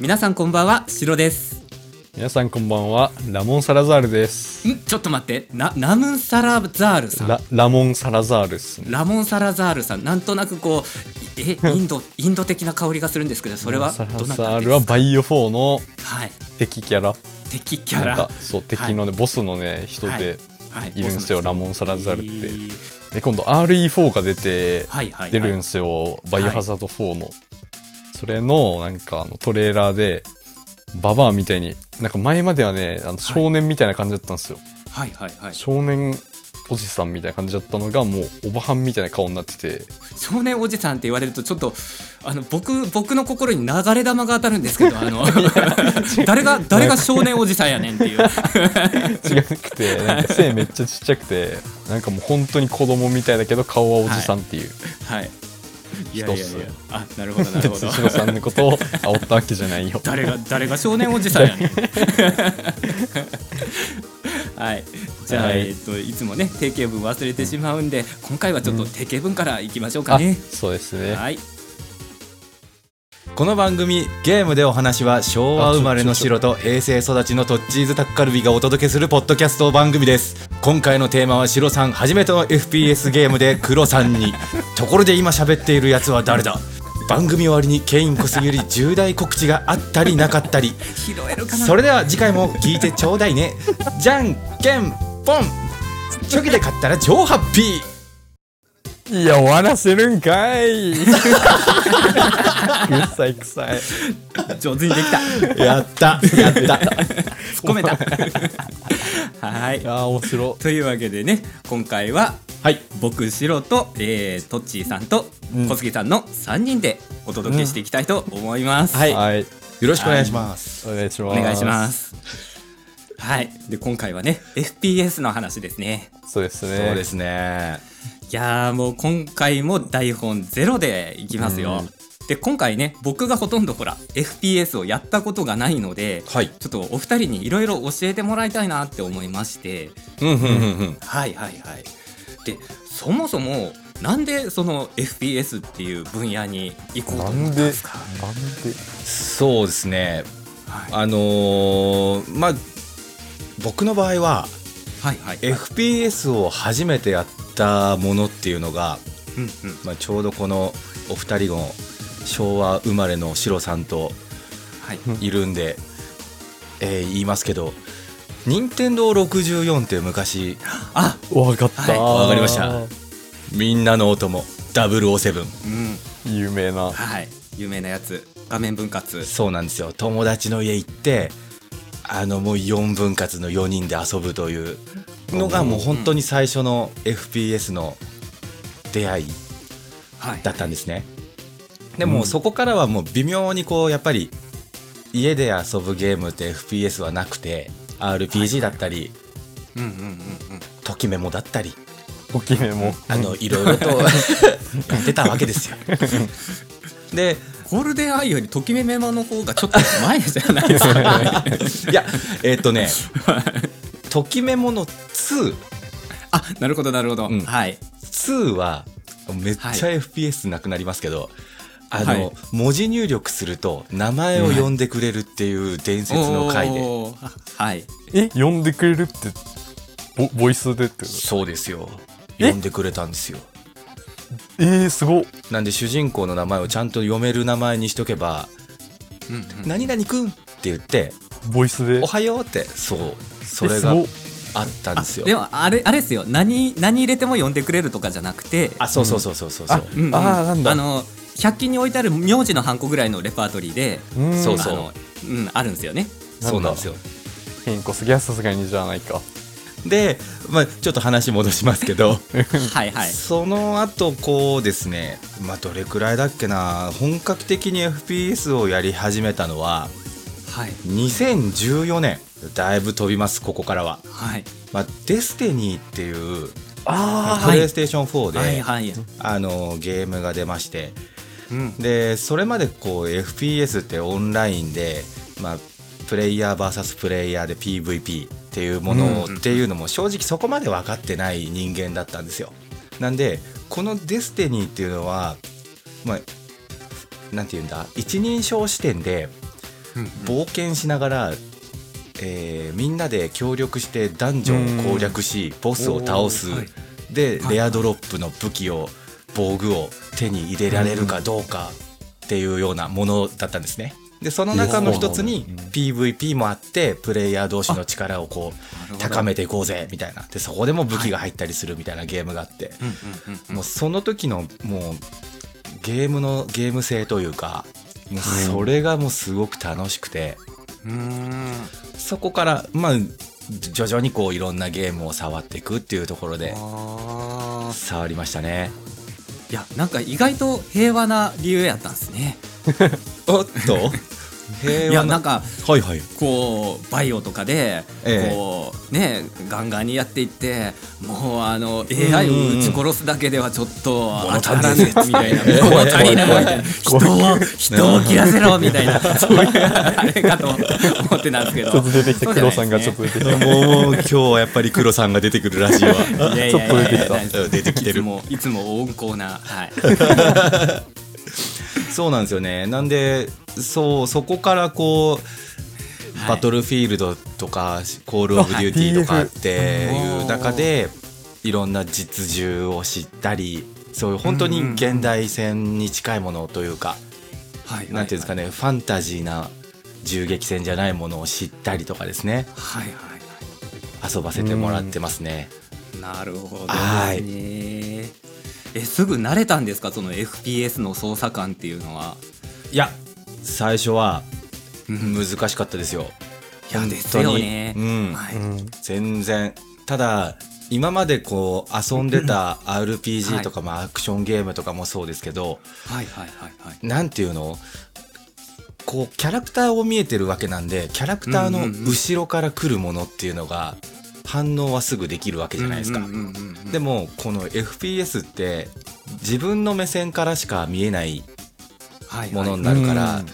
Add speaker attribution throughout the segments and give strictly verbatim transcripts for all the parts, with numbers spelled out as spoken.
Speaker 1: 皆さんこんばんは、シロです。
Speaker 2: 皆さんこんばんは、ラモンサラザールです。
Speaker 1: んちょっと待って、なラムンサラザールさん。
Speaker 2: ララモンサラザールですね。
Speaker 1: ラモンサラザールさん、なんとなくこうえインドインド的な香りがするんですけど、それはどなたですか？
Speaker 2: サラザールはバイオフォーの
Speaker 1: はい
Speaker 2: 敵キャラ、
Speaker 1: 敵キャラ、
Speaker 2: なんかそう敵のね、はい、ボスのね人でいるんですよ、はい、ラモンサラザールって、えー、で今度 アールイーフォー が出て、はいはいはい、出るんですよ、バイオハザードフォーの、はい、それのなんかあのトレーラーでババアみたいに、なんか前まではねあの少年みたいな感じだったんですよ、はいはいはいはい、少年おじさんみたいな感じだったのがもうおばはんみたいな顔になってて、
Speaker 1: 少年おじさんって言われるとちょっとあの 僕, 僕の心に流れ玉が当たるんですけど、あの誰が誰が少年おじさんやねんっていう
Speaker 2: 違くて、なんか背めっちゃちっちゃくて、なんかもう本当に子供みたいだけど顔はおじさんっていう、はい、はい、
Speaker 1: いやいやいや、あ、なるほどなるほど。
Speaker 2: シロさんのことを煽ったわけじゃないよ。
Speaker 1: 誰が誰が少年おじさんやねん。はい。じゃあ、はい、えっといつもね定型文忘れてしまうんで、今回はちょっと定型文からいきましょうかね。うん、
Speaker 2: そうですね。
Speaker 1: はい。
Speaker 3: この番組ゲームでお話は昭和生まれのシロと平成育ちのトッチーズタッカルビがお届けするポッドキャスト番組です。今回のテーマはシロさん初めての エフピーエス ゲームでクロさんにところで今喋っているやつは誰だ。番組終わりにケインコスより重大告知があったりなかったり
Speaker 1: 拾えるかな。
Speaker 3: それでは次回も聞いてちょうだいね。じゃんけんポン、チョキで勝ったら超ハッピー。
Speaker 2: いや、終わらせるんかい。くさいくさい。
Speaker 1: 上手にできた。
Speaker 3: やったやった突っ
Speaker 1: 込めた。はい。
Speaker 2: あ、面白い。
Speaker 1: というわけでね、今回は、はい、僕シロと、えー、トッチーさんと小杉さんのさんにんでお届けしていきたいと思います。
Speaker 3: うん、はい、はい、よろしくお願いします。
Speaker 2: はい、お願いします。
Speaker 1: お願いします。はい。で今回はね エフピーエス の話ですね。
Speaker 2: そうですね。
Speaker 3: そうですね。
Speaker 1: いやもう今回も台本ゼロでいきますよ。うん、で今回ね僕がほとんどほら エフピーエス をやったことがないので、はい、ちょっとお二人にいろいろ教えてもらいたいなって思いまして、
Speaker 3: うんうんうんうん、
Speaker 1: はいはいはい。でそもそもなんでその エフピーエス っていう分野に行こうと思ったんですか？
Speaker 2: なんでなんで
Speaker 3: そうですね、はい、あのー、まあ僕の場合は、はいはいはい、エフピーエス を初めてやったものっていうのが、うんうん、まあ、ちょうどこのお二人の昭和生まれのシロさんといるんで、はい、えー、言いますけど、任天堂ろくじゅうよんって昔、
Speaker 2: あ、わかった、
Speaker 3: はい、わかりました。みんなのお供ダブルオーセブン、
Speaker 2: うん、有名な、
Speaker 1: はい、有名なやつ、画面分割。
Speaker 3: そうなんですよ。友達の家行ってあのもうよんぶん割のよにんで遊ぶというのがもう本当に最初の エフピーエス の出会いだったんですね、はい、でもそこからはもう微妙にこうやっぱり家で遊ぶゲームって エフピーエス はなくて アールピージー だったりときメモだったり
Speaker 2: ときメモ
Speaker 3: あのいろいろとやってたわけですよ。で
Speaker 1: ゴールデンアイよりときめメモの方がちょっと前じゃないですか、ね、
Speaker 3: いやえー、っとねときメモのに、
Speaker 1: あ、なるほどなるほど、うん、はい、
Speaker 3: にはめっちゃ エフピーエス なくなりますけど、はい、あの、はい、文字入力すると名前を呼んでくれるっていう伝説の回で、うん、
Speaker 1: はい、
Speaker 2: え、呼んでくれるってボ、ボイスでってこと？
Speaker 3: そうですよ、呼んでくれたんですよ。
Speaker 2: えー、すごっ。
Speaker 3: なんで主人公の名前をちゃんと読める名前にしとけば、うんうん、何々くんって言って
Speaker 2: ボイスで
Speaker 3: おはようって、そうそれがあったんですよ。
Speaker 1: でもあれあれですよ、何何入れても呼んでくれるとかじゃなくて、
Speaker 3: あ、そうそうそうそうそう、
Speaker 2: うん、あ、あ、なんだ、
Speaker 1: あのひゃく均に置いてある名字のハンコぐらいのレパートリーで、
Speaker 3: うん、そうそう、
Speaker 1: あの、うん、あるんですよね。
Speaker 3: そうなんですよ。
Speaker 2: 変更すぎはさすがにじゃないか。
Speaker 3: で、まあ、ちょっと話戻しますけど
Speaker 1: はいはい、
Speaker 3: その後こうですね、まあ、どれくらいだっけな、本格的に エフピーエス をやり始めたのは、はい、にせんじゅうよねん、だいぶ飛びます、ここからは、はい、まあ、デスティニーっていうあプレイステーションフォーで、はいはいはい、あのゲームが出まして、うん、でそれまでこう エフピーエス ってオンラインで、まあ、プレイヤー ブイエス プレイヤーで ピーブイピー っていうものっていうのも正直そこまで分かってない人間だったんですよ。なんでこのデスティニーっていうのは、まあ、なんていうんだ、一人称視点で冒険しながら、えー、みんなで協力してダンジョンを攻略しボスを倒す、はい、でレアドロップの武器を防具を手に入れられるかどうかっていうようなものだったんですね。でその中の一つに ピーブイピー もあってプレイヤー同士の力をこう高めていこうぜみたいなでそこでも武器が入ったりするみたいなゲームがあって、もうその時のもうゲームのゲーム性というかもうそれがもうすごく楽しくて、うーんそこからまあ徐々にこういろんなゲームを触っていくっていうところで触りましたね。
Speaker 1: いやなんか意外と平和な理由やったんですね。
Speaker 3: おっと平和な、
Speaker 1: いやなんか、
Speaker 3: はいはい、
Speaker 1: こうバイオとかで、ええ、こうねガンガンにやっていってもうあの エーアイ を撃ち殺すだけではちょっと当たらねえみたいな物足りないみたいな人を人を切らせろみたいなそういうあれかと思ってたんですけど
Speaker 2: ちょっと出てきた黒さんがちょっと出てきた、
Speaker 3: ね、もう今日はやっぱり黒さんが出てくるらしいわ。
Speaker 1: いやいやいやいやちょっと出てき
Speaker 3: た出てきてる
Speaker 1: いつもいつも温厚な、はい、
Speaker 3: そうなんですよね。なんでそうそこからこうバトルフィールドとかコールオブデューティーとかっていう中でいろんな実銃を知ったりそういう本当に現代戦に近いものというかなんていうんですかねファンタジーな銃撃戦じゃないものを知ったりとかですね、はいはいはい、遊ばせてもらってますね。
Speaker 1: なるほどですね。はいえすぐ慣れたんですかその エフピーエス の操作感っていうのは。
Speaker 3: いや最初は難しかったですよ。
Speaker 1: いやですよね、
Speaker 3: うんはい、全然ただ今までこう遊んでた アールピージー とかもアクションゲームとかもそうですけど、はいはいはいはい、なんていうのこうキャラクターを見えてるわけなんでキャラクターの後ろから来るものっていうのが反応はすぐできるわけじゃないですか。でもこの エフピーエス って自分の目線からしか見えないものになるから、はいはい、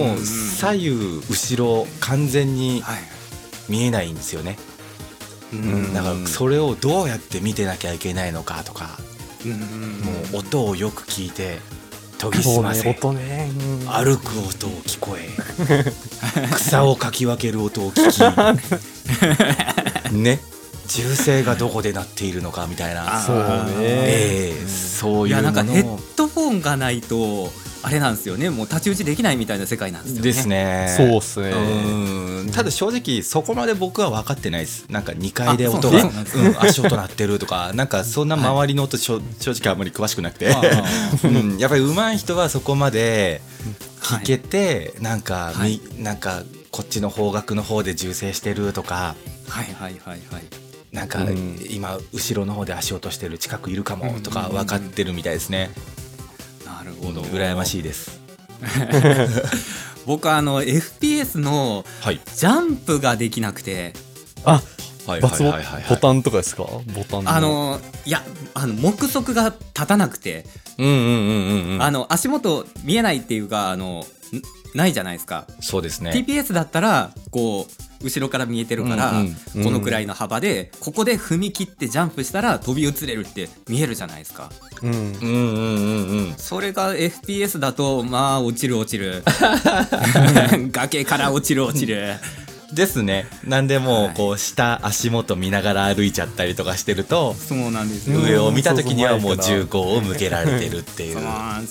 Speaker 3: もう左右後ろ完全に見えないんですよね。だからそれをどうやって見てなきゃいけないのかとかもう音をよく聞いて研ぎ澄ませ、ねね、歩く音を聞こえ草をかき分ける音を聞きね銃声がどこで鳴っているのかみたいな
Speaker 1: そうね、えー、そういうもの。いやなんかヘッドフォンがないとあれなんですよねもう太刀打ちできないみたいな世界なんですよね。
Speaker 3: ですね。
Speaker 2: そうっすね。
Speaker 3: うんただ正直そこまで僕は分かってないです。なんかにかいで音が、うん、足音鳴ってるとかなんかそんな周りの音、はい、正直あんまり詳しくなくてうん、やっぱり上手い人はそこまで聞けて、はい、なんか、はい、なんかこっちの方角の方で銃声してるとかはいはいはいはいなんか、うん、今後ろの方で足音してる近くいるかもとか分かってるみたいですね。
Speaker 1: なるほど、
Speaker 3: 羨ましいです
Speaker 1: 僕はあの エフピーエス のジャンプができなくて、
Speaker 2: はい、あ、はいはいはいはい、ボタンとかですか？ボタンの
Speaker 1: あのいやあの目測が立たなくて、うんうんうんうんうん、あの足元見えないっていうかあのないじゃないですか。
Speaker 3: そうですね。
Speaker 1: ティーピーエス だったらこう後ろから見えてるから、うんうん、このくらいの幅でここで踏み切ってジャンプしたら飛び移れるって見えるじゃないですか、うんうんうんうん、それが エフピーエス だとまあ落ちる落ちる崖から落ちる落ちる
Speaker 3: ですね。なんでもこう下足元見ながら歩いちゃったりとかしてると
Speaker 1: そうなんですよ。
Speaker 3: 上を見た時にはもう銃口を向けられてるっていう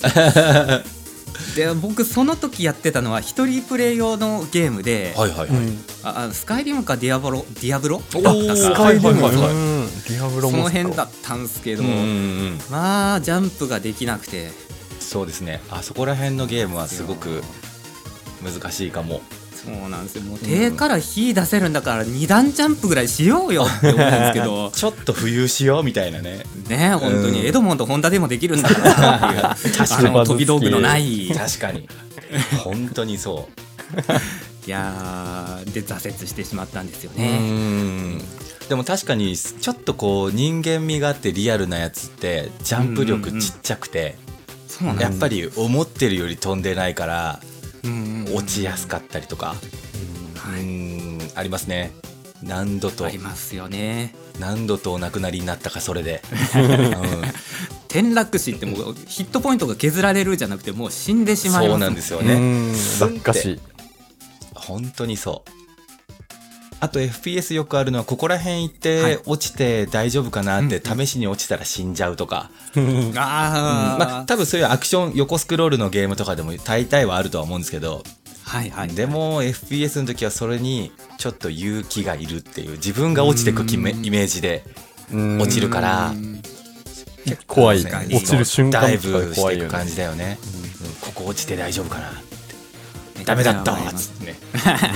Speaker 1: で僕その時やってたのは一人プレイ用のゲームで、はいはいはい、ああスカイリムかディアブロディアブロ
Speaker 2: スカイリム、はいはいはい、ディアブロも
Speaker 1: その辺だったんですけど、うんうんうん、まあジャンプができなくて。
Speaker 3: そうですね。あそこら辺のゲームはすごく難しいかも。
Speaker 1: そうなんですよ。もう手から火出せるんだからに段ジャンプぐらいしようよって思うんですけど
Speaker 3: ちょっと浮遊しようみたいなね。
Speaker 1: ね本当にエドモンとホンダでもできるんだからっていうあの飛び道具のない
Speaker 3: 確かに本当にそう
Speaker 1: いやで挫折してしまったんですよね。うん
Speaker 3: でも確かにちょっとこう人間味があってリアルなやつってジャンプ力ちっちゃくて、うんうんうん、やっぱり思ってるより飛んでないから落ちやすかったりとか、うん、うんありますね。何度と
Speaker 1: ありますよね。
Speaker 3: 何度とお亡くなりになったかそれで、
Speaker 1: うん、転落死ってもうヒットポイントが削られるじゃなくてもう死んでしまいます。
Speaker 3: そうなんですよね。
Speaker 2: 落下死
Speaker 3: 本当にそう。あと エフピーエス よくあるのはここら辺行って落ちて大丈夫かなって試しに落ちたら死んじゃうとか、うん、あ、まあ多分そういうアクション横スクロールのゲームとかでも大体はあるとは思うんですけど、はいはいはい、でも エフピーエス の時はそれにちょっと勇気がいるっていう、自分が落ちてくイメージで落ちるから
Speaker 2: 結構怖い、ね、落ちる瞬間
Speaker 3: ダイブしていく感じだよね、うんうん、ここ落ちて大丈夫かなってダメだったっつってね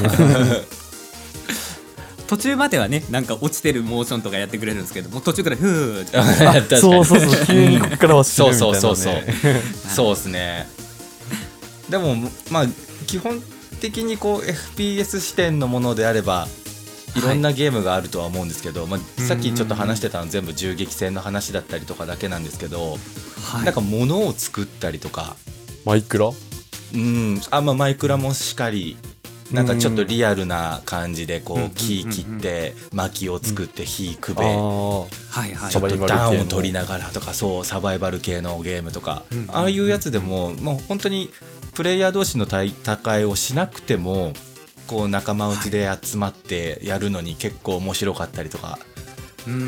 Speaker 1: 途中まではねなんか落ちてるモーションとかやってくれるんですけども、途中からフーって
Speaker 2: そうそうそう急にここから落ちてるみたいな、ね、
Speaker 3: そうそうそうそうそうですね。でもまあ基本的にこう エフピーエス 視点のものであればいろんなゲームがあるとは思うんですけど、はい、まあ、さっきちょっと話してたの全部銃撃戦の話だったりとかだけなんですけど、はい、なんか物を作ったりとか
Speaker 2: マイクラ、
Speaker 3: うん、あ、まあ、マイクラもしかり、なんかちょっとリアルな感じでこう木切って薪を作って火くべ、ちょっと暖を取りながらとか、そうサバイバル系のゲームとか、ああいうやつでももう本当にプレイヤー同士の戦いをしなくてもこう仲間内で集まってやるのに結構面白かったりとか、うーん、うん、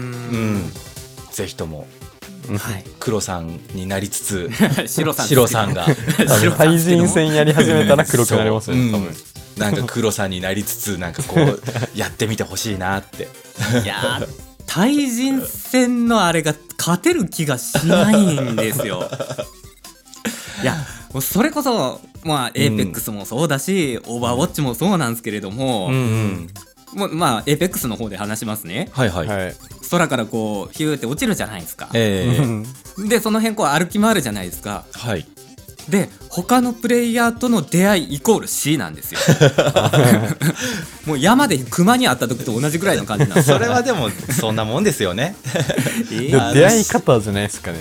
Speaker 3: ぜひとも、はい、黒さんになりつつ白さん白さんが
Speaker 2: 対人戦やり始めたら黒くなりますね、多分。
Speaker 3: なんか黒さんになりつつなんかこうやってみてほしいなって
Speaker 1: いや対人戦のあれが勝てる気がしないんですよいやそれこそまあエーペックスもそうだし、うん、オーバーウォッチもそうなんですけれども、うんうん、もうまあエーペックスの方で話しますね。はいはい、空からこうヒューって落ちるじゃないですか、えー、でその辺こう歩き回るじゃないですか。はい。で他のプレイヤーとの出会いイコール C なんですよもう山で熊に会った時と同じぐらいの感じなんです。
Speaker 3: それはでもそんなもんですよね
Speaker 2: えー、出会い方じゃないですかね。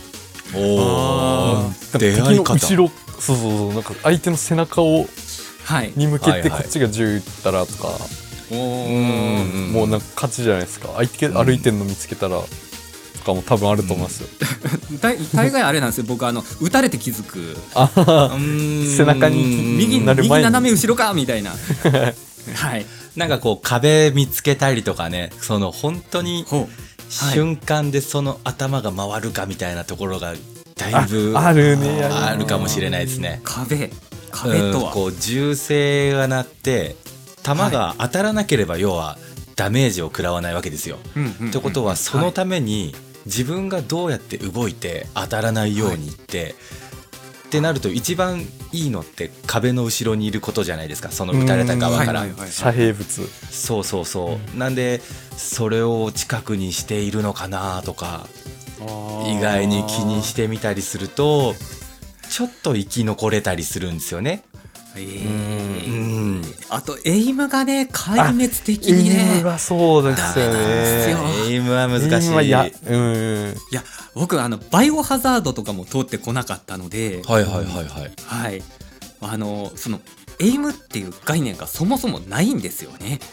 Speaker 3: おー、出会い方、
Speaker 2: 後ろ、そうそうそう、なんか相手の背中を、はい、に向けてこっちが銃撃ったらとか、はいはい、おもうなんか勝ちじゃないですか。相手歩いてんの見つけたら、うんとかも多分あると思いますよ。
Speaker 1: 大, 大概あれなんですよ。僕あの撃たれて気づく。あ
Speaker 2: 背中に
Speaker 1: 右右斜め後ろかみたいな。
Speaker 3: はい。なんかこう壁見つけたりとかね、その本当に瞬間でその頭が回るかみたいなところがだいぶ あ, あるねあるかもしれないですね。
Speaker 1: 壁壁とは、
Speaker 3: うん、こう銃声が鳴って弾が当たらなければ要はダメージを食らわないわけですよ。ってことはそのために自分がどうやって動いて当たらないようにって、はい、ってなると一番いいのって壁の後ろにいることじゃないですか。その撃たれた側から
Speaker 2: 遮蔽物。
Speaker 3: そうそうそう、うん、なんでそれを近くにしているのかなとか意外に気にしてみたりするとちょっと生き残れたりするんですよね。えー、
Speaker 1: うん、あとエイムがね壊滅的にね。
Speaker 2: エイムはそうですよね。
Speaker 3: エイムは難しい。いや、
Speaker 1: うん、いや僕あのバイオハザードとかも通ってこなかったので、
Speaker 3: はいはいはいはい、
Speaker 1: はい、あのそのエイムっていう概念がそもそもないんですよね。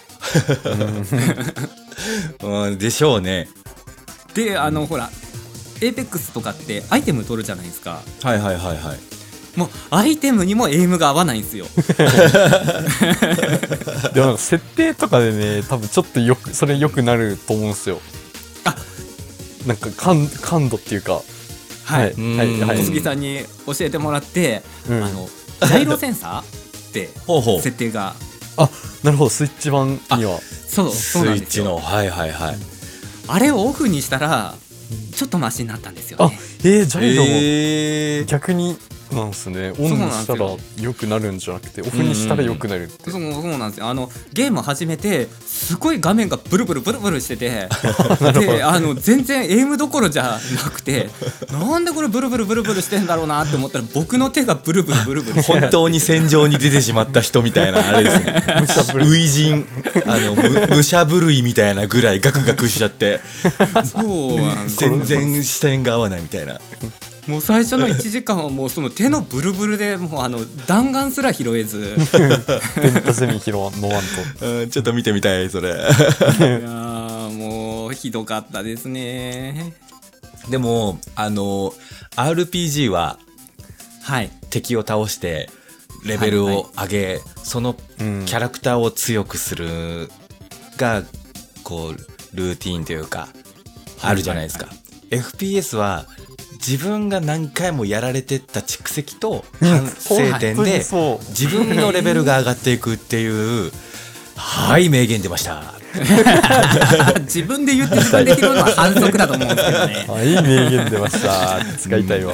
Speaker 3: うん、でしょうね。
Speaker 1: であのほらエーペックスとかってアイテム取るじゃないですか。
Speaker 3: はいはいはいはい。
Speaker 1: もうアイテムにもエイムが合わないんですよ。
Speaker 2: でもなんか設定とかでね多分ちょっとよくそれ良くなると思うんですよ。あ、なんか感, 感度っていうか、はい
Speaker 1: はいはいはい、小杉さんに教えてもらって、うん、あのジャイロセンサーって設定が
Speaker 2: あ、なるほど、スイッチ版には
Speaker 1: そうそうなんですよ。
Speaker 3: スイッチのはいはいはい、
Speaker 1: あれをオフにしたらちょっとマシになったんですよね。
Speaker 2: あ、えー、ジャイロも、えー、逆になんですね。オンにしたら良くなるんじゃなくてオフにしたら良くなるって、
Speaker 1: うんうん、そう、そうなんですよ。あのゲーム始めてすごい画面がブルブルブルブルしててであの全然エイムどころじゃなくてなんでこれブルブルブルブルしてんだろうなって思ったら僕の手がブルブルブルブルして
Speaker 3: 本当に戦場に出てしまった人みたいなあれですね。初陣あの武者震いみたいなぐらいガクガクしちゃってそう全然視点が合わないみたいな。
Speaker 1: もう最初のいちじかんはもうその手のブルブルでもうあの弾丸すら拾えず
Speaker 2: 電波ゼミ拾わんと、
Speaker 3: うん、ちょっと見てみたいそれ。い
Speaker 1: やもうひどかったですね。
Speaker 3: でもあの アールピージー は、はい、敵を倒してレベルを上げ、はいはい、そのキャラクターを強くするがこうルーティーンというかあるじゃないですか、はいはいはい、エフピーエス は自分が何回もやられてった蓄積と反省点で自分のレベルが上がっていくっていうはい名言出ました
Speaker 1: 自分で言って自分で拾うのは反則だと思うんですけどね
Speaker 2: はい名言出ました使いたいわ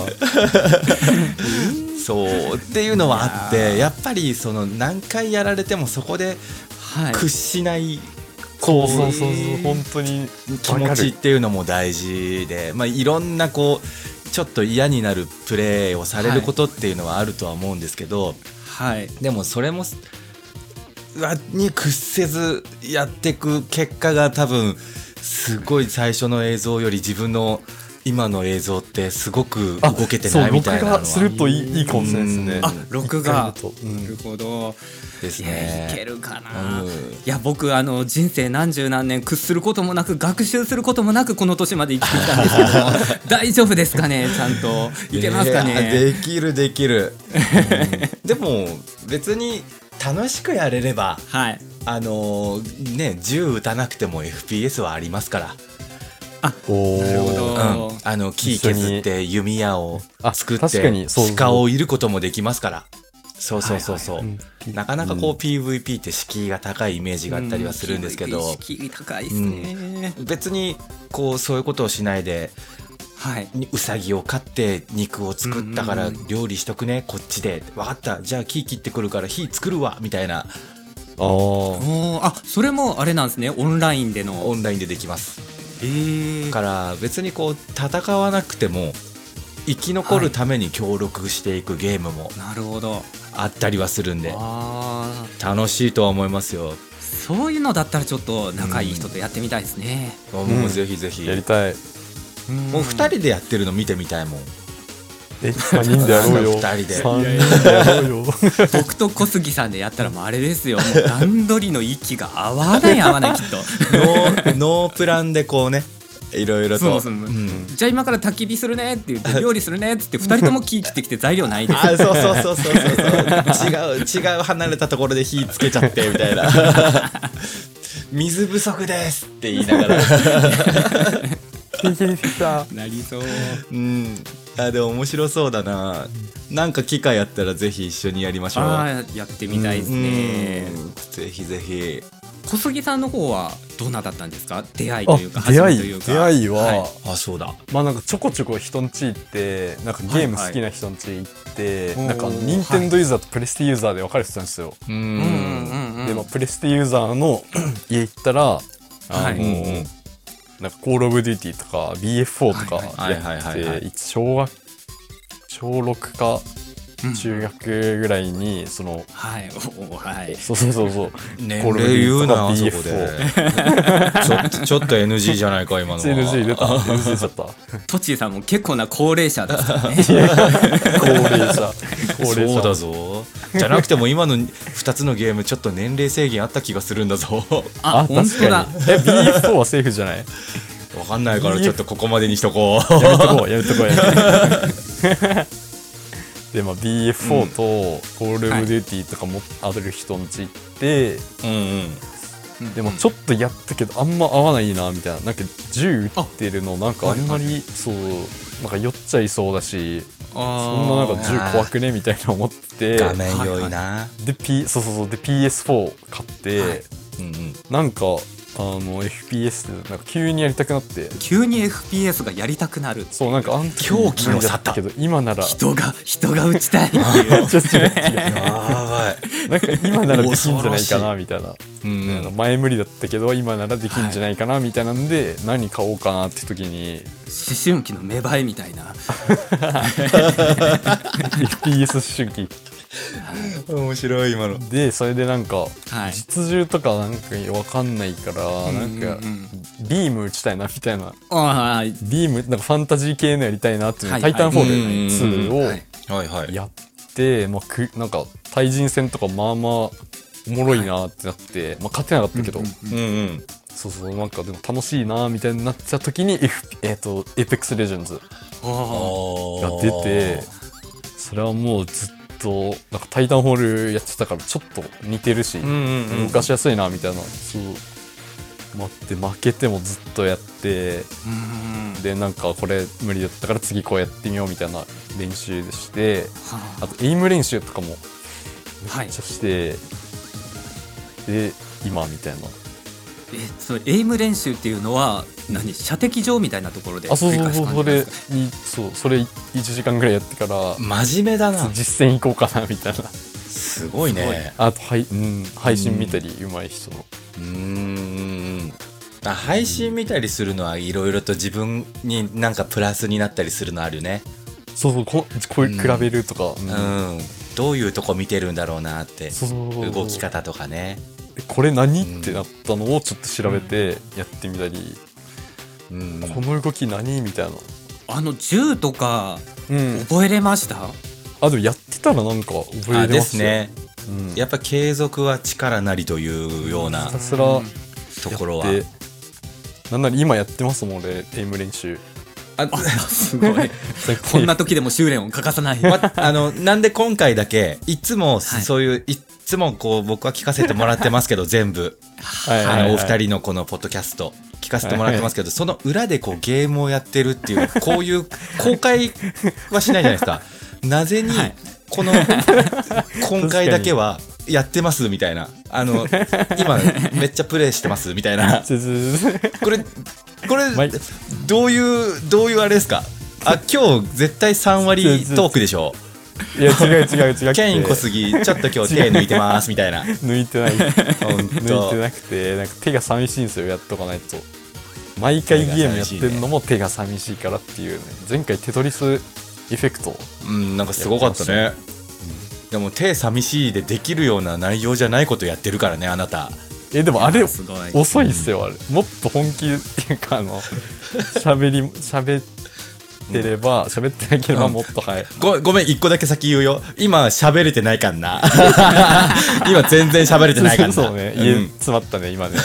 Speaker 3: そうっていうのはあって、やっぱりその何回やられてもそこで屈しない、はい、
Speaker 2: そうそうそうそう本当に
Speaker 3: 気持ちっていうのも大事で、まあ、いろんなこうちょっと嫌になるプレーをされることっていうのはあるとは思うんですけど、
Speaker 1: はい、
Speaker 3: でもそれもに屈せずやっていく結果が多分すごい最初の映像より自分の今の映像ってすごく動けてないみたいなのは
Speaker 2: 録画するといい、いいかもしれないですね。
Speaker 1: あ、録画、なるほど
Speaker 3: ですね。
Speaker 1: いけるかな、うん、いや僕あの人生何十何年屈することもなく学習することもなくこの年まで生きてきたんですけど大丈夫ですかね、ちゃんといけますかね。
Speaker 3: できるできる、うん、でも別に楽しくやれれば、はい、あのー、ね銃撃たなくても エフピーエス はありますから。
Speaker 1: あ、なるほど、
Speaker 3: うん、あの木削って弓矢を作って鹿を射ることもできますから。そうそうそうそう、はいはい、なかなかこう、うん、ピーブイピー って敷居が高いイメージがあったりはするんですけど、うん、
Speaker 1: 敷居高いですね、
Speaker 3: うん、別にこうそういうことをしないで、はい、うさぎを飼って肉を作ったから料理しとくね、こっちで分かった、じゃあ木切ってくるから火作るわみたいな。
Speaker 1: ああ、それもあれなんですね、オンラインでの。
Speaker 3: オンラインでできます。えー、から別にこう戦わなくても生き残るために協力していくゲームもあったりはするんで、あ、楽しいとは思いますよ。
Speaker 1: そういうのだったらちょっと仲いい人とやってみたいですね、
Speaker 3: うん、もうぜひぜひ
Speaker 2: やりたい。
Speaker 3: もうふたりでやってるの見てみたいもん。
Speaker 2: え、さんにんでやろうよ。
Speaker 3: ふたりで
Speaker 2: さんにんでやろうよ
Speaker 1: 僕と小杉さんでやったらもうあれですよ、もう段取りの息が合わない合わないきっと
Speaker 3: ノー、ノープランでこうね、いろいろと。
Speaker 1: そうそう、うん、じゃあ今から焚き火するねって言って料理するねって言ってふたりとも木切ってきて材料ないです。
Speaker 3: あ、そうそうそうそうそう違う違う離れたところで火つけちゃってみたいな水不足ですって言いながら
Speaker 1: なりそう。
Speaker 3: うん、あ、でも面白そうだな。なんか機会あったらぜひ一緒にやりましょう。
Speaker 1: あ、やってみたいですね。
Speaker 3: ぜひぜひ。
Speaker 1: 小杉さんの方はどんなだったんですか、出会いというか。
Speaker 2: 出会い、出会いは、はい、
Speaker 3: あ、そうだ、
Speaker 2: まあなんかちょこちょこ人んち行ってなんかゲーム好きな人んち行って、はいはい、なんか任天堂ユーザーとプレステユーザーで分かれてたんですよ。うん、でもプレステユーザーの家行ったら、あの、はい、なんかコールオブデューティーとか ビーエフフォー とかやってて、小学小ろくか中学ぐらいにその、
Speaker 1: はい、お、はい、
Speaker 2: そうそうそうそう、
Speaker 3: 年齢言うな、あそこでちょっとちょっと エヌジー じゃないか今のは。
Speaker 2: エヌジー 出た エヌジー 出ちゃった。
Speaker 1: トチーさんも結構な高齢者だったね
Speaker 2: 高齢者
Speaker 3: 高齢者そうだぞ。じゃなくても今のふたつのゲームちょっと年齢制限あった気がするんだぞ
Speaker 1: あ、あ、本当だ。
Speaker 2: え ビーエフフォー はセーフじゃない？
Speaker 3: わかんないからちょっとここまでにしとこう
Speaker 2: やめとこうやめとこうやめとこうで、まあ、ビーエフフォー とコールオブデューティーとかもある人のち行って、うんうん、でもちょっとやったけどあんま合わないなみたいな、なんか銃撃ってるのなんかあんまりそうなんか酔っちゃいそうだし、そんななんか銃怖くねみたいな思って
Speaker 3: 画面良いな。
Speaker 2: で、P、そうそうそうで ピーエスフォー 買って、はい、うんうん、なんかあの エフピーエス でなんか急にやりたくなって。
Speaker 1: 急に エフピーエス がやりたくなる。
Speaker 2: そう、なんかあん時
Speaker 3: 狂気の沙汰
Speaker 2: けど今なら
Speaker 1: 人が人が打ちたいっていう
Speaker 2: ちょっと違う違うやばいなんか今ならできんじゃないかなみたいな、うん、前無理だったけど今ならできんじゃないかなみたいなんで、はい、何買おうかなって時に
Speaker 1: 思春期の芽生えみたいな
Speaker 2: エフピーエス 思春期
Speaker 3: 面白い今の
Speaker 2: で、それでなんか、はい、実銃とかなんか分かんないから、うん、なんか、うん、ビーム撃ちたいなみたいな、はい、ビームなんかファンタジー系のやりたいなっていう、はい、タイタンフォールツーをやって、まあ、くなんか対人戦とかまあまあおもろいなってなって、はい、まあ、勝てなかったけど、うんうん、そうそうなんかでも楽しいなみたいになっちゃった時に、F、えっと Apex Legends が出て、それはもうずっととなんかタイタンホールやってたからちょっと似てるし、うんうんうん、動かしやすいなみたいな。そう待って負けてもずっとやって、うんでなんかこれ無理だったから次こうやってみようみたいな練習して、はあ、あとエイム練習とかもめっちゃして、はい、で今みたいな。
Speaker 1: えそれエイム練習っていうのは何射的場みたいなところで
Speaker 2: あそうそうそうそれにそうそれいちじかんぐらいやってから
Speaker 3: 真面目だな
Speaker 2: 実践行こうかなみたいな。
Speaker 3: すごいね。
Speaker 2: あと、はいうん、配信見たり上手い人の
Speaker 3: うーんあ配信見たりするのはいろいろと自分になんかプラスになったりするのあるね。
Speaker 2: そうそうここう比べるとか、
Speaker 3: うん、うん、どういうとこ見てるんだろうなってそうそう動き方とかね。
Speaker 2: これ何、うん、ってなったのをちょっと調べてやってみたり、うん、この動き何みたいな。
Speaker 1: あの銃とか覚えれました、うん、
Speaker 2: あでもやってたらなんか覚えれましたよ
Speaker 3: ですね、うん、やっぱ継続は力なりというような
Speaker 2: さすら
Speaker 3: ところは
Speaker 2: なんなら今やってますもん俺エイム練習。
Speaker 1: あすごいこんな時でも修練を欠かさない、
Speaker 3: ま、あのなんで今回だけいつもそういう、はい、いつもこう僕は聞かせてもらってますけど全部、はいはいはい、あのお二人のこのポッドキャスト聞かせてもらってますけど、はいはい、その裏でこうゲームをやってるっていうこういう公開はしないじゃないですか。なぜにこの今回だけはやってますみたいな、あの今めっちゃプレイしてますみたいなこれこれどういうどういうあれですか。あ今日絶対さん割トークでしょ。
Speaker 2: いや違う違う違う
Speaker 3: ケイン小杉ちょっと今日手抜いてますみたいな
Speaker 2: 抜いてない抜いてなくてなんか手が寂しいんですよ。やっとかないと毎回ゲームやってるのも手が寂しいからっていうね。前回テトリスエフェクト
Speaker 3: うんなんかすごかったね、うん、でも手寂しいでできるような内容じゃないことやってるからねあなた。
Speaker 2: えでもあれ遅いっすよ、うん、あれもっと本気っていうかあの喋り喋ってれば喋、うん、ってなければもっと早い、うん、
Speaker 3: ご, ごめん一個だけ先言うよ。今喋れてないかんな今全然喋れてないかんな
Speaker 2: そうね、家詰まったね今ね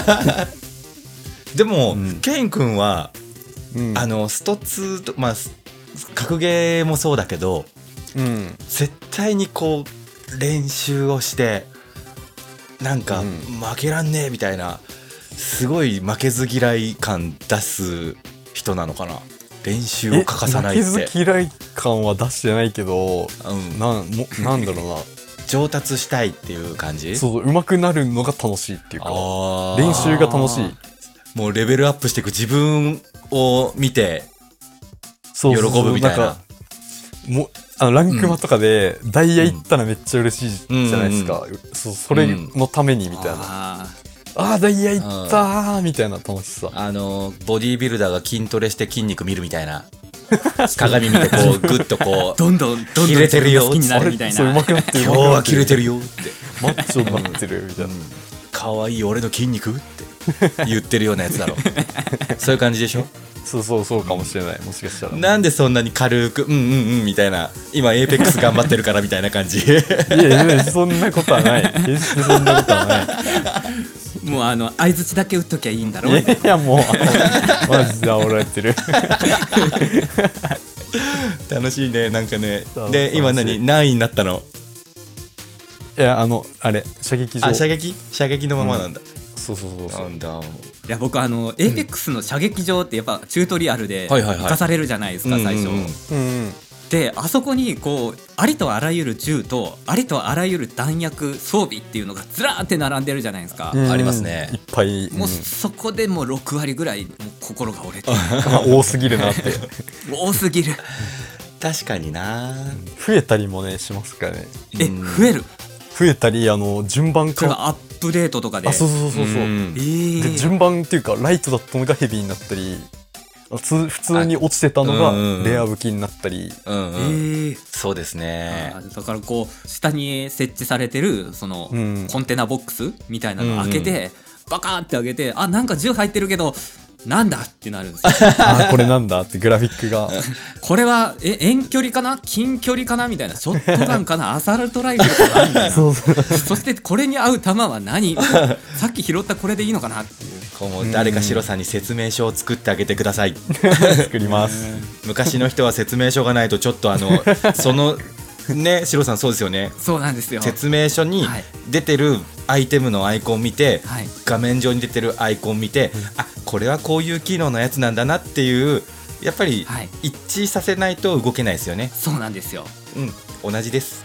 Speaker 3: でも、うん、ケイン君は、うん、あのストツーとまあ格ゲーもそうだけど、うん、絶対にこう練習をしてなんか負けらんねえみたいなすごい負けず嫌い感出す人なのかな。練習を欠かさないって。
Speaker 2: 負けず嫌い感は出してないけど、うん、な, もなんだろうな
Speaker 3: 上達したいっていう感じ。
Speaker 2: そう上手くなるのが楽しいっていうか練習が楽しい。
Speaker 3: もうレベルアップしていく自分を見て喜ぶみたいな。
Speaker 2: もうあのランクマとかでダイヤ行ったらめっちゃ嬉しいじゃないですか、うんうんうん、そ, それのためにみたいな、うん、ああダイヤ行ったーみたいな楽しさ。
Speaker 3: あのボディービルダーが筋トレして筋肉見るみたいな鏡見てこうグッとこう
Speaker 1: どんどんどんどん
Speaker 3: 切れてるよ
Speaker 1: 好きになるみたいな。
Speaker 2: そう上手くなってる
Speaker 3: 今日は切れてるよって
Speaker 2: マッチョになってるみたいな、うん、
Speaker 3: かわいい俺の筋肉って言ってるようなやつだろそういう感じでしょ。
Speaker 2: そうそうそうかもしれない。もしかしたら
Speaker 3: なんでそんなに軽くうんうんうんみたいな今エーペックス頑張ってるからみたいな感じいや
Speaker 2: いやそんなことはない決してそんなことはない
Speaker 1: もうあの相槌だけ打っときゃいいんだろう。
Speaker 2: いやいやもうマジで煽られてる
Speaker 3: 楽しいねなんかね。で今何何位になったの。
Speaker 2: いやあのあれ射撃場。
Speaker 3: あ射撃射撃のままなんだ、うん、
Speaker 2: そうそうそうそうなんだ。
Speaker 1: いや僕あのエーペックスの射撃場ってやっぱチュートリアルで生かされるじゃないですか、最初、うんうんうん、であそこにこうありとあらゆる銃とありとあらゆる弾薬装備っていうのがずらーって並んでるじゃないですか、
Speaker 3: うん、ありますね
Speaker 2: いっぱい、
Speaker 1: もうそこでもうろく割ぐらいもう心が折れて
Speaker 2: 多すぎるなって
Speaker 1: 多すぎる
Speaker 3: 確かにな。
Speaker 2: 増えたりもねしますからね。
Speaker 1: え増える
Speaker 2: 増えたりあの順番
Speaker 1: かアップデートとかで。
Speaker 2: あそうそうそうそう、うん、えー、で順番っていうかライトだったのがヘビーになったり普通に落ちてたのがレア武器になったり、
Speaker 3: うんうんえー、そうですね。
Speaker 1: だからこう下に設置されてるそのコンテナボックスみたいなのを開けて、うんうん、バカーって開けてあなんか銃入ってるけどなんだってなるんですよ
Speaker 2: あこれなんだってグラフィックが
Speaker 1: これはえ遠距離かな近距離かなみたいなショットガンかなアサルトライフルかなみたいなそうそうそしてこれに合う弾は何さっき拾ったこれでいいのかなっていう
Speaker 3: こうもう誰かシロさんに説明書を作ってあげてください
Speaker 2: 作ります
Speaker 3: 昔の人は説明書がないとちょっとあのそのね、シロさんそうですよね。
Speaker 1: そうなんですよ。
Speaker 3: 説明書に出てるアイテムのアイコン見て、はい、画面上に出てるアイコン見て、うん、あ、これはこういう機能のやつなんだなっていう、やっぱり一致させないと動けないですよね。
Speaker 1: そうなんですよ。
Speaker 3: うん、同じです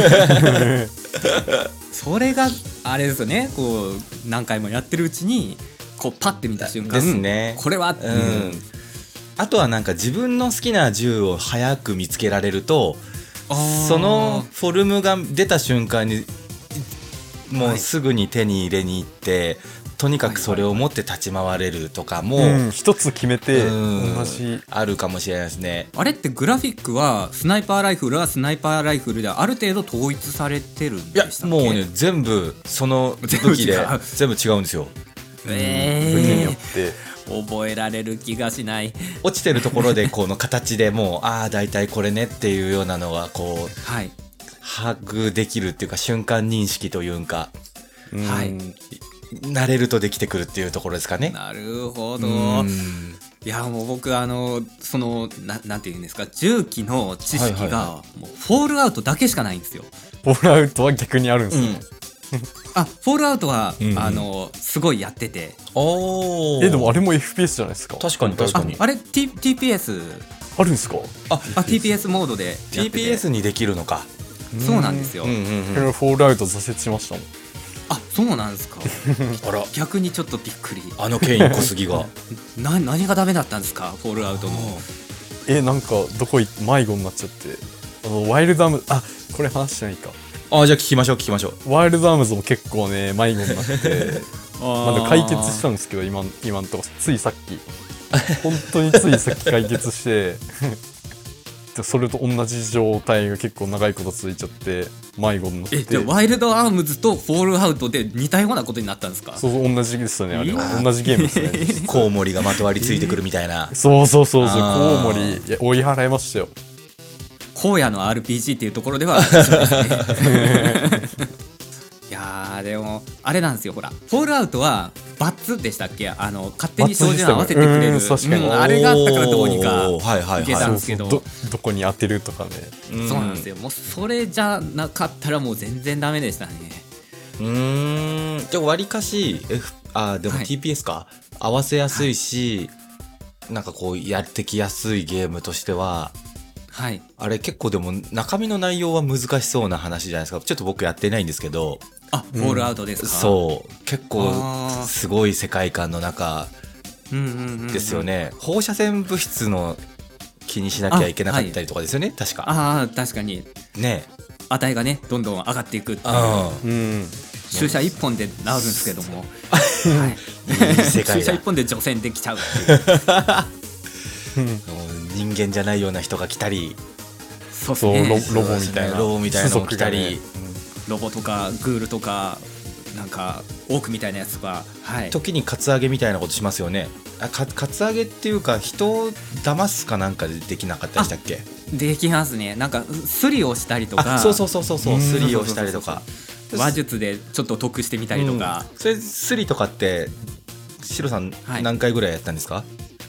Speaker 1: それがあれですよね、こう何回もやってるうちにこうパッて見た瞬間
Speaker 3: ですね、
Speaker 1: これは、うん、
Speaker 3: あとはなんか自分の好きな銃を早く見つけられると、そのフォルムが出た瞬間にもうすぐに手に入れに行って、はい、とにかくそれを持って立ち回れるとかも、
Speaker 2: はいはいはい、うん、一つ決めて同じ
Speaker 3: あるかもしれないですね。
Speaker 1: あれってグラフィックはスナイパーライフルはスナイパーライフルである程度統一されてるんでしたっけ？
Speaker 3: いやもうね、全部その武器で全部違うんですよ。
Speaker 1: えー、
Speaker 2: 武器によって
Speaker 1: 覚えられる気がしない。
Speaker 3: 落ちてるところでこの形でもうああ大体これねっていうようなのがこう、はい、把握できるっていうか、瞬間認識というか、はい、慣れるとできてくるっていうところですかね。
Speaker 1: なるほど。いやもう僕あのその な, なんていうんですか、銃器の知識がもうフォールアウトだけしかないんですよ。
Speaker 2: フォールアウトは逆にあるんですよ、うん
Speaker 1: あ、フォールアウトは、うん、あのすごいやってて、
Speaker 2: おえでもあれも エフピーエス じゃないですか。
Speaker 3: 確かに確かに。
Speaker 1: あ, あれ、T、ティーピーエス
Speaker 2: あるんですか。
Speaker 1: ああ ティーピーエス モードでやってて
Speaker 3: ティーピーエス にできるのか。
Speaker 1: そうなんですよ、うんうん
Speaker 2: うん、フォールアウト挫折しましたもん。
Speaker 1: あ、そうなんですか
Speaker 3: あら、
Speaker 1: 逆にちょっとびっくり。
Speaker 3: あのケイン小杉が
Speaker 1: な何がダメだったんですか、フォールアウトの。
Speaker 2: えなんかどこい迷子になっちゃって、あのワイルドアームあこれ話してないか。
Speaker 3: あ、じゃあ聞きましょう聞きましょ
Speaker 2: う。ワイルドアームズも結構ね迷子になってまだ解決したんですけど、今今のところついさっき本当についさっき解決してそれと同じ状態が結構長いこと続いちゃって迷子になって。
Speaker 1: えじゃあワイルドアームズとフォールアウトで似たようなことになったんですか。
Speaker 2: そうそう、同じですよね。あれは同じゲームですね
Speaker 3: コウモリがまとわりついてくるみたいな、
Speaker 2: えー、そうそうそうそう、コウモリいや追い払いましたよ。
Speaker 1: 荒野の アールピージー っていうところでは一緒ですねいやでもあれなんですよ、ほらフォールアウトはバッツでしたっけ、あの勝手に照準合わせてくれる、うん、確かに、うん、あれがあったからどうにかいけたんですけど、
Speaker 2: どどこに当てるとかね、
Speaker 1: うん、そうなんですよ。もうそれじゃなかったらもう全然ダメでしたね。
Speaker 3: うーん、じゃあわりかし、F、あでも ティーピーエス か、はい、合わせやすいし、はい、なんかこうやってきやすいゲームとしては、はい、あれ結構でも中身の内容は難しそうな話じゃないですか。ちょっと僕やってないんですけど。
Speaker 1: あ、フォールアウトですか。
Speaker 3: そう結構すごい世界観の中ですよね。放射線物質の気にしなきゃいけなかったりとかですよね、はい、確か。
Speaker 1: ああ確かにね、値がねどんどん上がっていくっていう、うん、注射いっぽんで治るんですけども、はい、いい世界だ。注射いっぽんで除染できちゃうっていう
Speaker 3: 人間じゃないような人が来たり、
Speaker 2: そうそう、ね、ロ, ロボみたいな
Speaker 3: ロボみたいなのが来たり、
Speaker 1: ロボとかグールとかなんかオークみたいなやつとか、はい、
Speaker 3: 時にカツアゲみたいなことしますよね。あかカツアゲっていうか人を騙すかなんかでできなかったでしたっけ。
Speaker 1: できますね。なんかスリをしたりとか、
Speaker 3: そうそうそうそうそう、スリをしたりとか、
Speaker 1: 話術でちょっと得してみたりとか、
Speaker 3: うん、それスリとかってシロさん何回ぐらいやったんですか。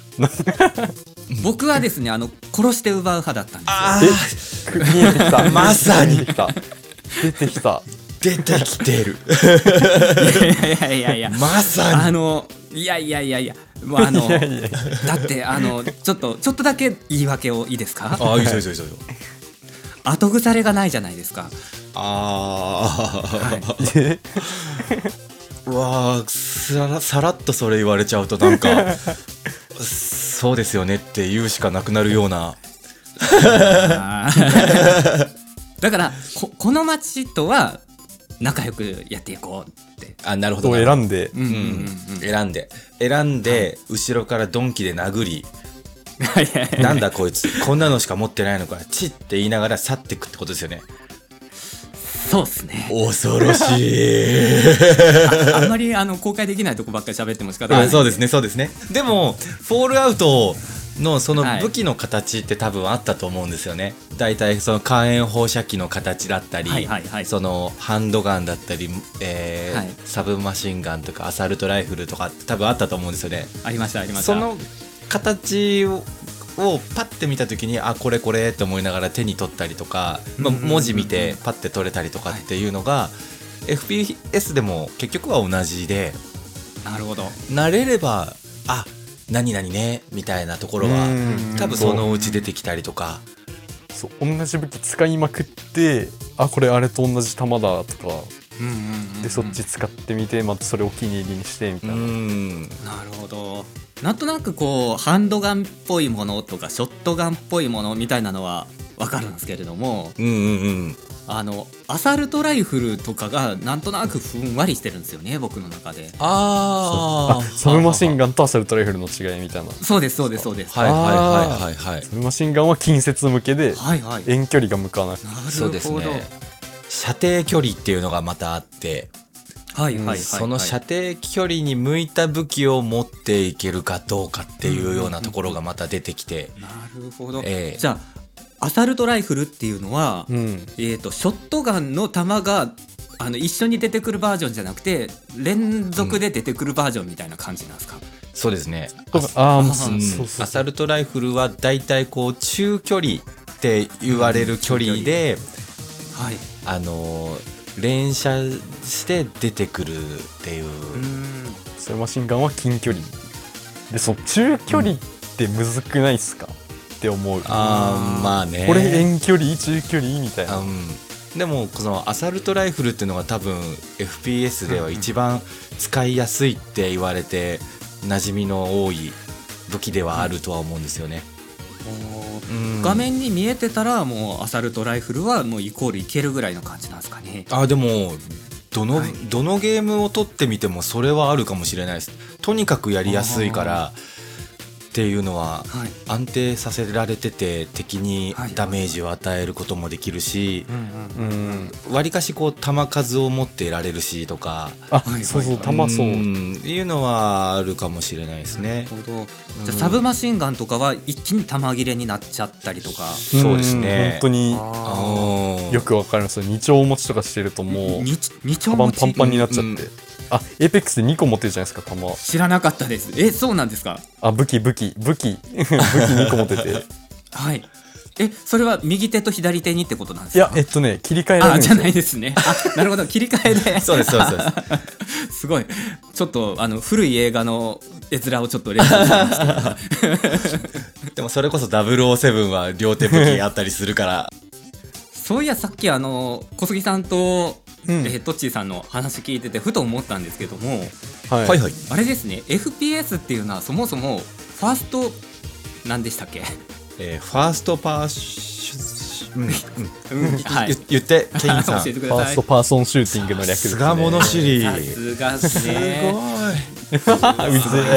Speaker 1: 僕はですね、あの殺して奪う派だったんですよ。
Speaker 2: あ見えてきた
Speaker 3: まさに
Speaker 2: 出てきた
Speaker 3: 出てきてる
Speaker 1: いやいやいやいや
Speaker 3: まさに
Speaker 1: あのいやいやいやいや、まあ、あのいやいやだってあのちょっとちょっとだけ言い訳をいいですか。
Speaker 3: ああいいですよいいですよ。
Speaker 1: 後腐れがないじゃないですか。
Speaker 3: ああ、はい、うわさらさらっとそれ言われちゃうとなんかそうですよねって言うしかなくなるような
Speaker 1: だから こ, この街とは仲良くやっていこうって。
Speaker 3: あ、なるほど。
Speaker 2: 選んで、
Speaker 3: うんうんうん、選んで選んで、はい、後ろからドンキで殴りなんだこいつこんなのしか持ってないのかチッって言いながら去っていくってことですよね。
Speaker 1: そうですね。
Speaker 3: 恐ろしい
Speaker 1: あ, あんまりあの公開できないとこばっかり喋っても仕方ない。
Speaker 3: そうですねそうですね。でもフォールアウトのその武器の形って多分あったと思うんですよね。だいたいその火炎放射器の形だったり、はいはいはい、そのハンドガンだったり、えーはい、サブマシンガンとかアサルトライフルとかって多分あったと思うんですよね。
Speaker 1: ありましたありました。
Speaker 3: その形をパッて見た時にあこれこれって思いながら手に取ったりとか、まあ、文字見てパッて取れたりとかっていうのが、はい、エフピーエス でも結局は同じで、
Speaker 1: なるほど、
Speaker 3: 慣れればあ何々ねみたいなところは多分そのうち出てきたりとか、
Speaker 2: そう同じ武器使いまくってあこれあれと同じ弾だとか、うんうんうんうん、でそっち使ってみてまたそれをお気に入りにしてみたいな。う
Speaker 1: ん、なるほど。なんとなくこうハンドガンっぽいものとかショットガンっぽいものみたいなのは分かるんですけれども、うんうんうん、あのアサルトライフルとかがなんとなくふんわりしてるんですよね、僕の中で。
Speaker 3: あ
Speaker 2: あサブマシンガンとアサルトライフルの違いみたいな。
Speaker 1: そうですそうですそうです。
Speaker 3: はいはいはいはいはい。
Speaker 2: サブマシンガンは近接向けで、はいはい、遠距離が向かない。
Speaker 1: なるほど。
Speaker 3: そうですね。射程距離っていうのがまたあって、はいはいはいはい、その射程距離に向いた武器を持っていけるかどうかっていうようなところがまた出てきて、
Speaker 1: うんうんうん、なるほど、えー、じゃあアサルトライフルっていうのは、うん、えーと、ショットガンの弾があの一緒に出てくるバージョンじゃなくて連続で出てくるバージョンみたいな感じなんですか？うん、
Speaker 3: そうですね。
Speaker 2: あ、
Speaker 3: うん、アサルトライフルはだいたいこう中距離って言われる距離で、うん、はい、あのー連射して出てくるっていう。
Speaker 2: サブマシンガンは近距離で、その中距離ってむずくないっすか、うん、って思う。
Speaker 3: あまあね、
Speaker 2: これ遠距離中距離みたいな、
Speaker 3: うん、でもそのアサルトライフルっていうのが多分 エフピーエス では一番使いやすいって言われて馴染みの多い武器ではあるとは思うんですよね。
Speaker 1: うん、画面に見えてたらもうアサルトライフルはもうイコールいけるぐらいの感じなんですかね。
Speaker 3: あでもどの、はい、どのゲームを撮ってみてもそれはあるかもしれないです。とにかくやりやすいからっていうのは安定させられてて敵にダメージを与えることもできるし、わりかしこう弾数を持っていられるしとか、
Speaker 2: あそうそう弾そう
Speaker 3: いうのはあるかもしれないですね。
Speaker 1: なるほど。じゃあサブマシンガンとかは一気に弾切れになっちゃったりとか。
Speaker 3: そうですね、
Speaker 2: 本当によくわかります。に丁持ちとかしてるともう
Speaker 1: に丁持ち
Speaker 2: パンパンになっちゃって、うん、あ、エーペックスでにこ持ってるじゃないですか、弾。
Speaker 1: 知らなかったです。え、そうなんですか？
Speaker 2: あ、武器武器武器武器にこ持ってて
Speaker 1: はい。え、それは右手と左手にってことなんですか？
Speaker 2: いや、えっとね、切り替えられるんですよ。
Speaker 1: あ、じゃないですね。あ、なるほど、切り替えで
Speaker 3: そうですそうですそうです
Speaker 1: すごい、ちょっとあの古い映画の絵面をちょっと連想しました
Speaker 3: でもそれこそダブルオーセブンは両手武器あったりするから
Speaker 1: そういや、さっきあの小杉さんとうん、えー、トッチーさんの話聞いててふと思ったんですけども、はい、はいはい、あれですね、 エフピーエス っていうのはそもそもファースト何でしたっけ？
Speaker 3: えー、ファーストパーシュ、うんうんうん、はい、言ってケインさん
Speaker 1: 教えてください。
Speaker 2: ファーストパーソンシューティングの略ですね。
Speaker 3: さすが物知り。
Speaker 1: さすがですね。
Speaker 3: すごい。すごい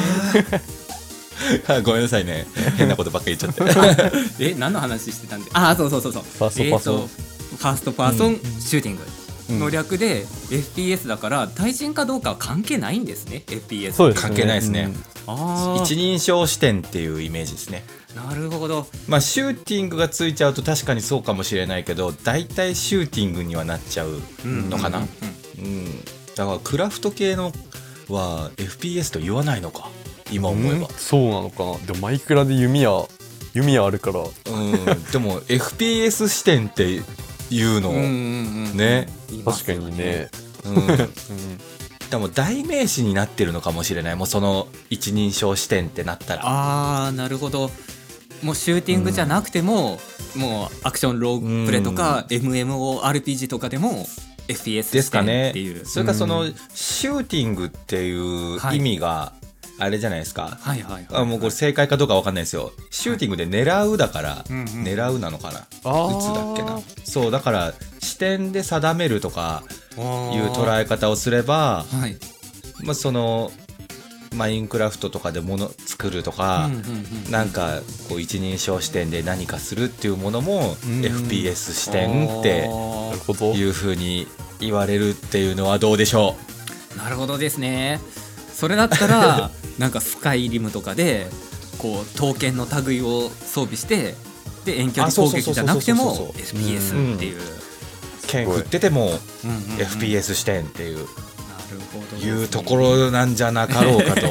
Speaker 3: ですね。ごめんなさいね、変なことばっかり言っちゃって
Speaker 1: え、何の話してたんで、あ、そうそうそうそう、
Speaker 2: ファーストパーソン、えー、
Speaker 1: ファーストパーソンシューティングの略で エフピーエス だから対人かどうかは関係ないんですね。 エフピーエス
Speaker 3: そうですね、関係ないですね、うん、あ一人称視点っていうイメージですね。
Speaker 1: なるほど。
Speaker 3: まあシューティングがついちゃうと確かにそうかもしれないけど、だいたいシューティングにはなっちゃうのかな。だからクラフト系のは エフピーエス と言わないのか今思えば、うん、
Speaker 2: そうなのかな。でもマイクラで弓矢弓矢あるから、
Speaker 3: うん、でも エフピーエス 視点っていうのね、
Speaker 2: 確かにね、うん
Speaker 3: うん、でも代名詞になってるのかもしれない。もうその一人称視点ってなったら、
Speaker 1: あー、なるほど。もうシューティングじゃなくても、うん、もうアクションロープレとか、うん、エムエムオーアールピージー とかでも エフピーエス 視点っていう、
Speaker 3: ですかね。それからそのシューティングっていう意味があれじゃないですか。
Speaker 1: はいはいはい、はい、
Speaker 3: あ、もうこれ正解かどうか分かんないですよ。シューティングで狙うだから、はい、狙うなのかな、撃つだっけな。そうだから視点で定めるとかいう捉え方をすれば、はい、まあ、そのマインクラフトとかで物作るとか、うんうんうん、なんかこう一人称視点で何かするっていうものも エフピーエス 視点っていう風に言われるっていうのはどうでしょ
Speaker 1: う。なるほどですね。それだったらなんかスカイリムとかでこう刀剣の類を装備してで遠距離攻撃じゃなくても エフピーエス っていう、
Speaker 3: 剣振ってても エフピーエス 視点っていう。
Speaker 1: なる
Speaker 3: いうところなんじゃなかろうかと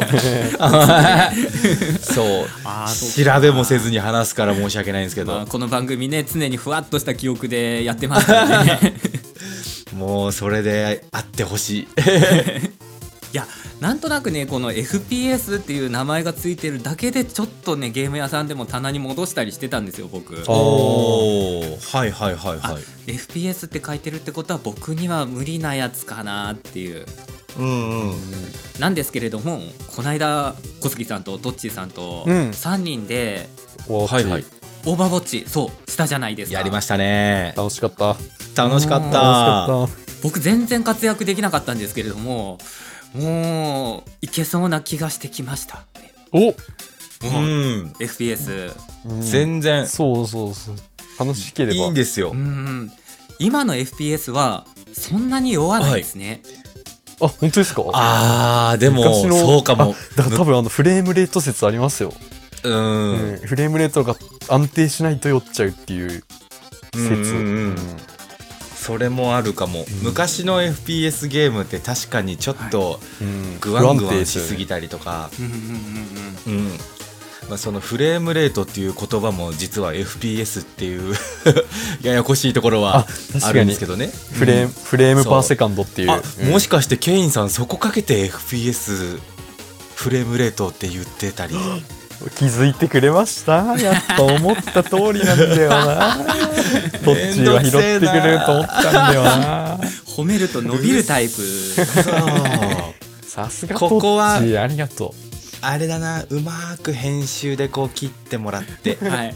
Speaker 3: そう調べもせずに話すから申し訳ないんですけど、まあ、
Speaker 1: この番組ね常にふわっとした記憶でやってますからね
Speaker 3: もうそれであってほしいい
Speaker 1: やなんとなくねこの エフピーエス っていう名前がついてるだけでちょっとねゲーム屋さんでも棚に戻したりしてたんですよ僕。
Speaker 3: おーはいはいはいはい。
Speaker 1: エフピーエス って書いてるってことは僕には無理なやつかなっていう、
Speaker 3: うんうん、
Speaker 1: なんですけれどもこの間小杉さんとトッチーさんとさんにんで、
Speaker 3: うん、はいはい
Speaker 1: オーバーウォッチそうしたじゃないですか。
Speaker 3: やりましたね。
Speaker 2: 楽しかった
Speaker 3: 楽しかった
Speaker 1: 僕全然活躍できなかったんですけれどももういけそうな気がしてきました。
Speaker 2: お、
Speaker 3: うん、
Speaker 1: エフピーエス、
Speaker 3: うん、全然
Speaker 2: そうそうそう楽しければ
Speaker 3: いいんですよ。
Speaker 1: うん、今の エフピーエス はそんなに弱ないですね、
Speaker 2: はい、あ本当ですか。
Speaker 3: あーでもそうかも。
Speaker 2: だから多分あのフレームレート説ありますよ。
Speaker 3: うん、
Speaker 2: うん、フレームレートが安定しないと酔っちゃうっていう説、うんうんうん
Speaker 3: それもあるかも、うん、昔の エフピーエス ゲームって確かにちょっとグワングワンしすぎたりとか、そのフレームレートっていう言葉も実は エフピーエス っていうややこしいところはあるんですけどね。
Speaker 2: フレーム、うん、フレームパーセカンドっていう、
Speaker 3: あ、うん、もしかしてケインさんそこかけて エフピーエス フレームレートって言ってたり
Speaker 2: 気づいてくれました。やっぱ思った通りなんだよなどっちは拾ってくれると思ったんだよな
Speaker 1: 褒めると伸びるタイプ
Speaker 2: さすがここはありがとう。
Speaker 3: あれだな、うまく編集でこう切ってもらって
Speaker 1: はい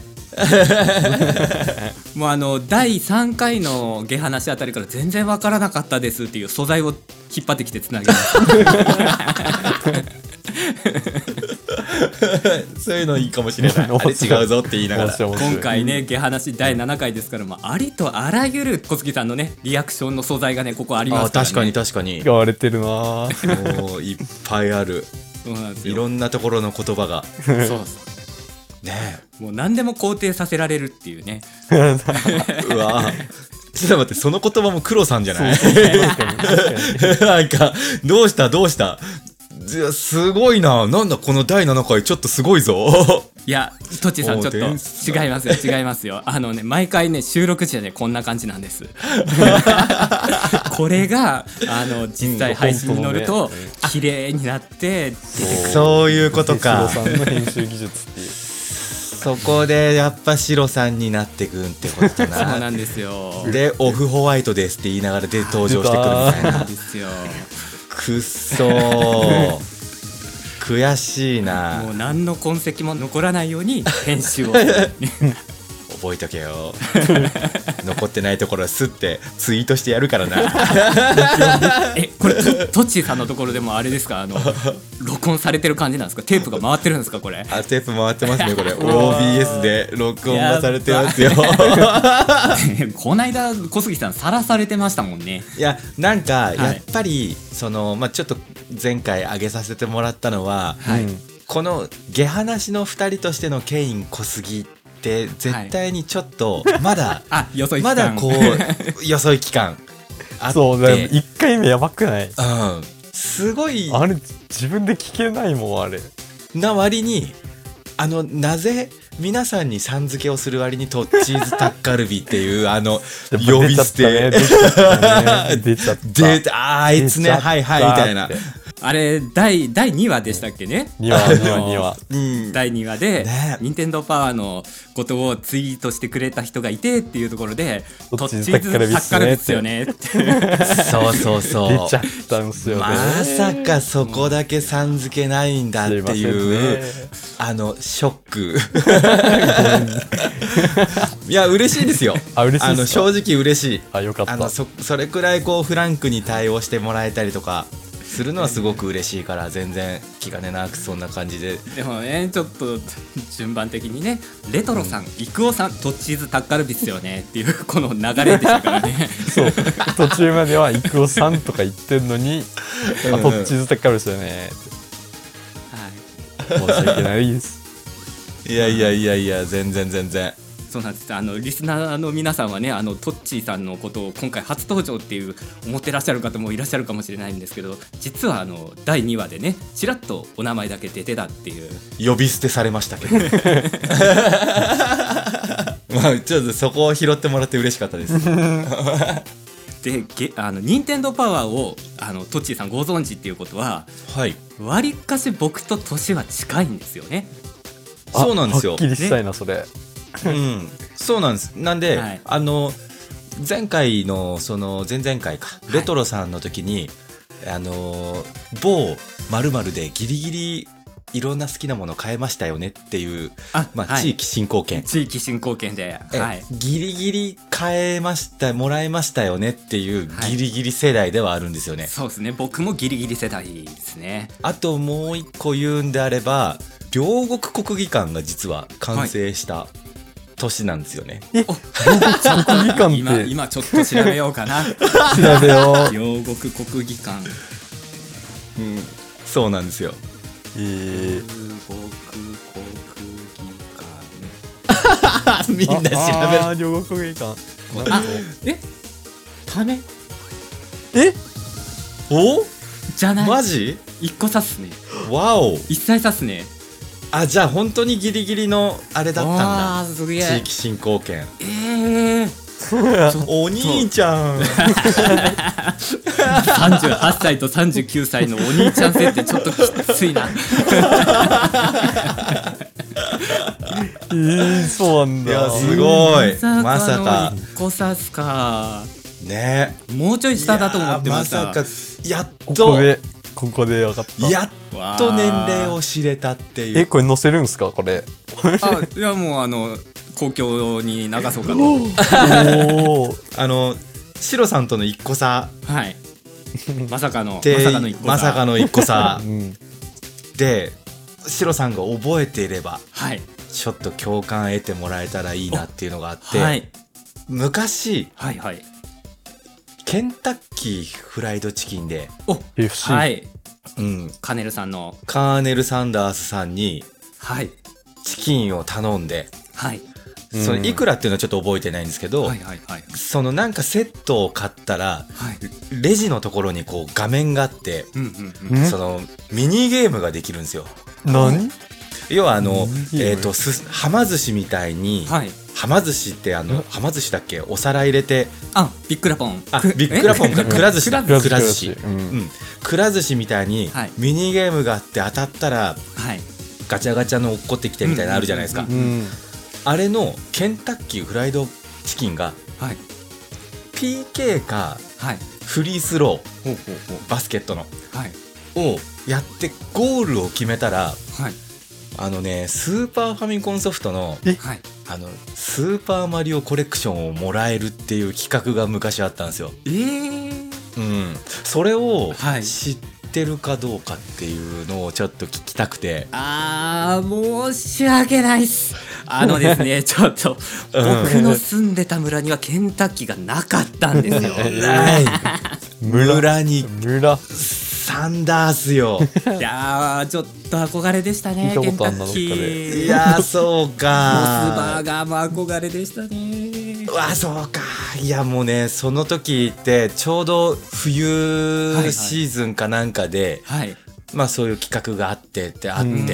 Speaker 1: もうあのだいさんかいの下話あたりから全然わからなかったですっていう素材を引っ張ってきてつなげます
Speaker 3: そういうのいいかもしれないあれ違うぞって言いながら
Speaker 1: 今回ね下話だいななかいですから、まあ、ありとあらゆる小杉さんのねリアクションの素材がねここありますからね。
Speaker 3: あ確かに確かに
Speaker 2: 使われてるなも
Speaker 3: ういっぱいある。そうなんですよ。いろんなところの言葉が
Speaker 1: そう
Speaker 3: ね
Speaker 1: もう何でも肯定させられるっていうね
Speaker 3: うわちょっと待って、その言葉も黒さんじゃない？なんかどうしたどうしたすごいな、なんだこのだいななかいちょっとすごいぞ
Speaker 1: いやトッチーさんちょっと違いますよ違いますよあのね毎回ね収録時はねこんな感じなんですこれがあの実際配信に乗ると綺麗になって出てくる、
Speaker 3: そういうことか。
Speaker 2: さんの編集技術っていう
Speaker 3: そこでやっぱ白さんになってくんってことだな
Speaker 1: そうなんですよ。
Speaker 3: でオフホワイトですって言いながらで登場してくるみたいな
Speaker 1: ですよ。
Speaker 3: くっそー悔しいな。
Speaker 1: もう何の痕跡も残らないように編集を
Speaker 3: 覚えとけよ残ってないところはスッてツイートしてやるからな
Speaker 1: えこれトッチーさんのところでもあれですか、あの録音されてる感じなんですか、テープが回ってるんですかこれ。
Speaker 3: あテープ回ってますねこれオービーエス で録音がされてますよ
Speaker 1: こないだ小杉さんさらされてましたもんね。
Speaker 3: いやなんかやっぱり、はい、そのまあちょっと前回上げさせてもらったのは、はい、この下話のふたりとしてのケイン小杉で絶対にちょっとまだ、
Speaker 1: はい、あよそい期間
Speaker 3: まだこうよそい期間あって
Speaker 2: そうだいっかいめやばくない？
Speaker 3: うんすごい
Speaker 2: あれ自分で聞けないもんあれ
Speaker 3: な割にあのなぜ皆さんにさん付けをする割にトッチーズタッカルビっていうあの呼び捨て
Speaker 2: 出ちゃったね出ちゃった
Speaker 3: 出たあいつねはいはいみたいな
Speaker 1: あれだいにわでしたっけね。
Speaker 2: にわにわにわ、
Speaker 1: うん、だいにわで、ね、任天堂パワーのことをツイートしてくれた人がいてっていうところでトッチーズタッカルビっすよねって
Speaker 3: そうそうそう
Speaker 2: 出ちゃったんすよね。
Speaker 3: まさかそこだけさん付けないんだっていう、ね、あのショックいや嬉しいですよ。
Speaker 2: あ嬉しい
Speaker 3: あの正直嬉しい。
Speaker 2: あよかった。
Speaker 3: あの そ, それくらいこうフランクに対応してもらえたりとかするのはすごく嬉しいから全然気兼ねなくそんな感じで。
Speaker 1: でもねちょっと順番的にねレトロさん、うん、イクオさんトッチーズタッカルビっすよねっていうこの流れでしたからね
Speaker 2: そう途中まではイクオさんとか言ってんのに、うん、あトッチーズタッカルビっすよねはい申し訳ないです
Speaker 3: いやいやいやいや全然全然
Speaker 1: そうなんです。あのリスナーの皆さんはね、あのトッチーさんのことを今回初登場っていう思ってらっしゃる方もいらっしゃるかもしれないんですけど、実はあのだいにわでねちらっとお名前だけ出てたっていう。
Speaker 3: 呼び捨てされましたけどまあちょっとそこを拾ってもらって嬉しかったです
Speaker 1: でげあの任天堂パワーをあのトッチーさんご存知っていうことは、
Speaker 3: はい、
Speaker 1: 割かし僕と年は近いんですよね。
Speaker 3: そうなんですよ。
Speaker 2: はっきりしたいなそれ。
Speaker 3: うん、そうなんです。なんで、はい、あの前回のその前々回か、レトロさんの時に、はい、あの某〇〇でギリギリいろんな好きなもの買えましたよねっていう、あ、まあ、地域振興券、
Speaker 1: はい、地域振興券で、はい、
Speaker 3: ギリギリ買えましたもらえましたよねっていうギリギリ世代ではあるんですよね、はい、
Speaker 1: そうですね。僕もギリギリ世代ですね。
Speaker 3: あともう一個言うんであれば、両国国技館が実は完成した、はい、年なんですよね。
Speaker 2: え、両国国技館って
Speaker 1: 今、今ちょっと調べようかな調
Speaker 2: べよう。
Speaker 1: 両国国技館、
Speaker 3: うん、そうなんですよ。
Speaker 1: えー、両国国技館みんな調べる。
Speaker 2: あ、両国国技館。
Speaker 1: あ、え、ため
Speaker 3: えお
Speaker 1: じゃない、
Speaker 3: マジ
Speaker 1: 一個刺すね。
Speaker 3: わお、
Speaker 1: 一切刺すね。
Speaker 3: あ、じゃあ本当にギリギリのあれだったんだ。
Speaker 1: あ、すげえ。
Speaker 3: 地域振興券。
Speaker 1: えー
Speaker 3: お兄ちゃん
Speaker 1: さんじゅうはっさいとさんじゅうきゅうさいのお兄ちゃん設定ちょっときついな
Speaker 2: えー、そうなんだ。
Speaker 3: いやすごい、
Speaker 1: まさかのいっこ刺すか
Speaker 3: ね。
Speaker 1: もうちょい下だと思ってました。
Speaker 3: まさかやっと
Speaker 2: ここでここで分かった。
Speaker 3: やっと年齢を知れたっていう。
Speaker 2: え、これ載せるんすかこれ
Speaker 1: あ、いやもうあの公共に流そうかと
Speaker 3: おあのシロさんとのいっこ差、
Speaker 1: はい、まさかの
Speaker 3: まさかのいっこ差、まさかのいっこ差で、シロさんが覚えていれば、はい、ちょっと共感得てもらえたらいいなっていうのがあって、はい、昔、はいはい、ケンタッキーフライドチキンで、
Speaker 1: お、エフシー、はい、
Speaker 3: うん、
Speaker 1: カーネルさんの
Speaker 3: カーネル・サンダースさんに、
Speaker 1: はい、
Speaker 3: チキンを頼んで、はい、そのいくらっていうのはちょっと覚えてないんですけど、はいはいはい、そのなんかセットを買ったら、はい、レジのところにこう画面があって、うんうんうん、そのミニゲームができるんですよ。
Speaker 2: 何？
Speaker 3: 要はあの、えーと、すはま寿司みたいに、はい、はま寿司ってあのはま寿司だっけ、お皿入れて、
Speaker 1: あ、ビックラポン、
Speaker 3: あ、ビックラポンか、くら寿司だ、くら寿司、
Speaker 2: うん、
Speaker 3: くら寿司みたいにミニゲームがあって当たったら、はい、ガチャガチャの落っこってきてみたいなのあるじゃないですか、うんうんうん、あれのケンタッキーフライドチキンが、はい、ピーケー か、はい、フリースロー、ほうほうほう、バスケットの、はい、をやってゴールを決めたら、はい、あのね、スーパーファミコンソフトの、はい、あのスーパーマリオコレクションをもらえるっていう企画が昔あったんですよ。
Speaker 1: えー
Speaker 3: うん、それを知ってるかどうかっていうのをちょっと聞きたくて。
Speaker 1: あー、申し訳ないっす。あのですねちょっと僕の住んでた村にはケンタッキーがなかったんですよ。
Speaker 3: ない村に
Speaker 2: 村
Speaker 3: サンダースよ。
Speaker 1: いやー、ちょっと憧れでしたね、ケンタッキー。
Speaker 3: いやー、そうか、モス
Speaker 1: バーガーも憧れでしたね。
Speaker 3: うわ、そうか。いやもうね、その時ってちょうど冬シーズンかなんかで、はいはい、まあそういう企画があってってあって、うん、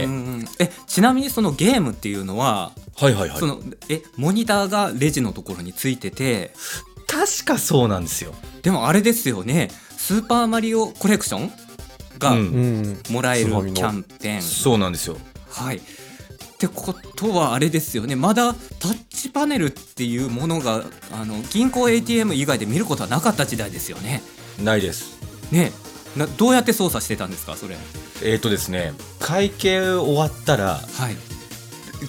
Speaker 1: え、ちなみにそのゲームっていうのは、はいはいはい、そのえモニターがレジのところについてて、
Speaker 3: 確かそうなんですよ。
Speaker 1: でもあれですよね、スーパーマリオコレクションがもらえるキャンペーン、うん、
Speaker 3: そうなんですよ。
Speaker 1: はい。ってことはあれですよね、まだタッチパネルっていうものがあの銀行 エーティーエム 以外で見ることはなかった時代ですよね。
Speaker 3: ないです
Speaker 1: ね。などうやって操作してたんですか、それ。
Speaker 3: えーとですね、会計終わったら、はい、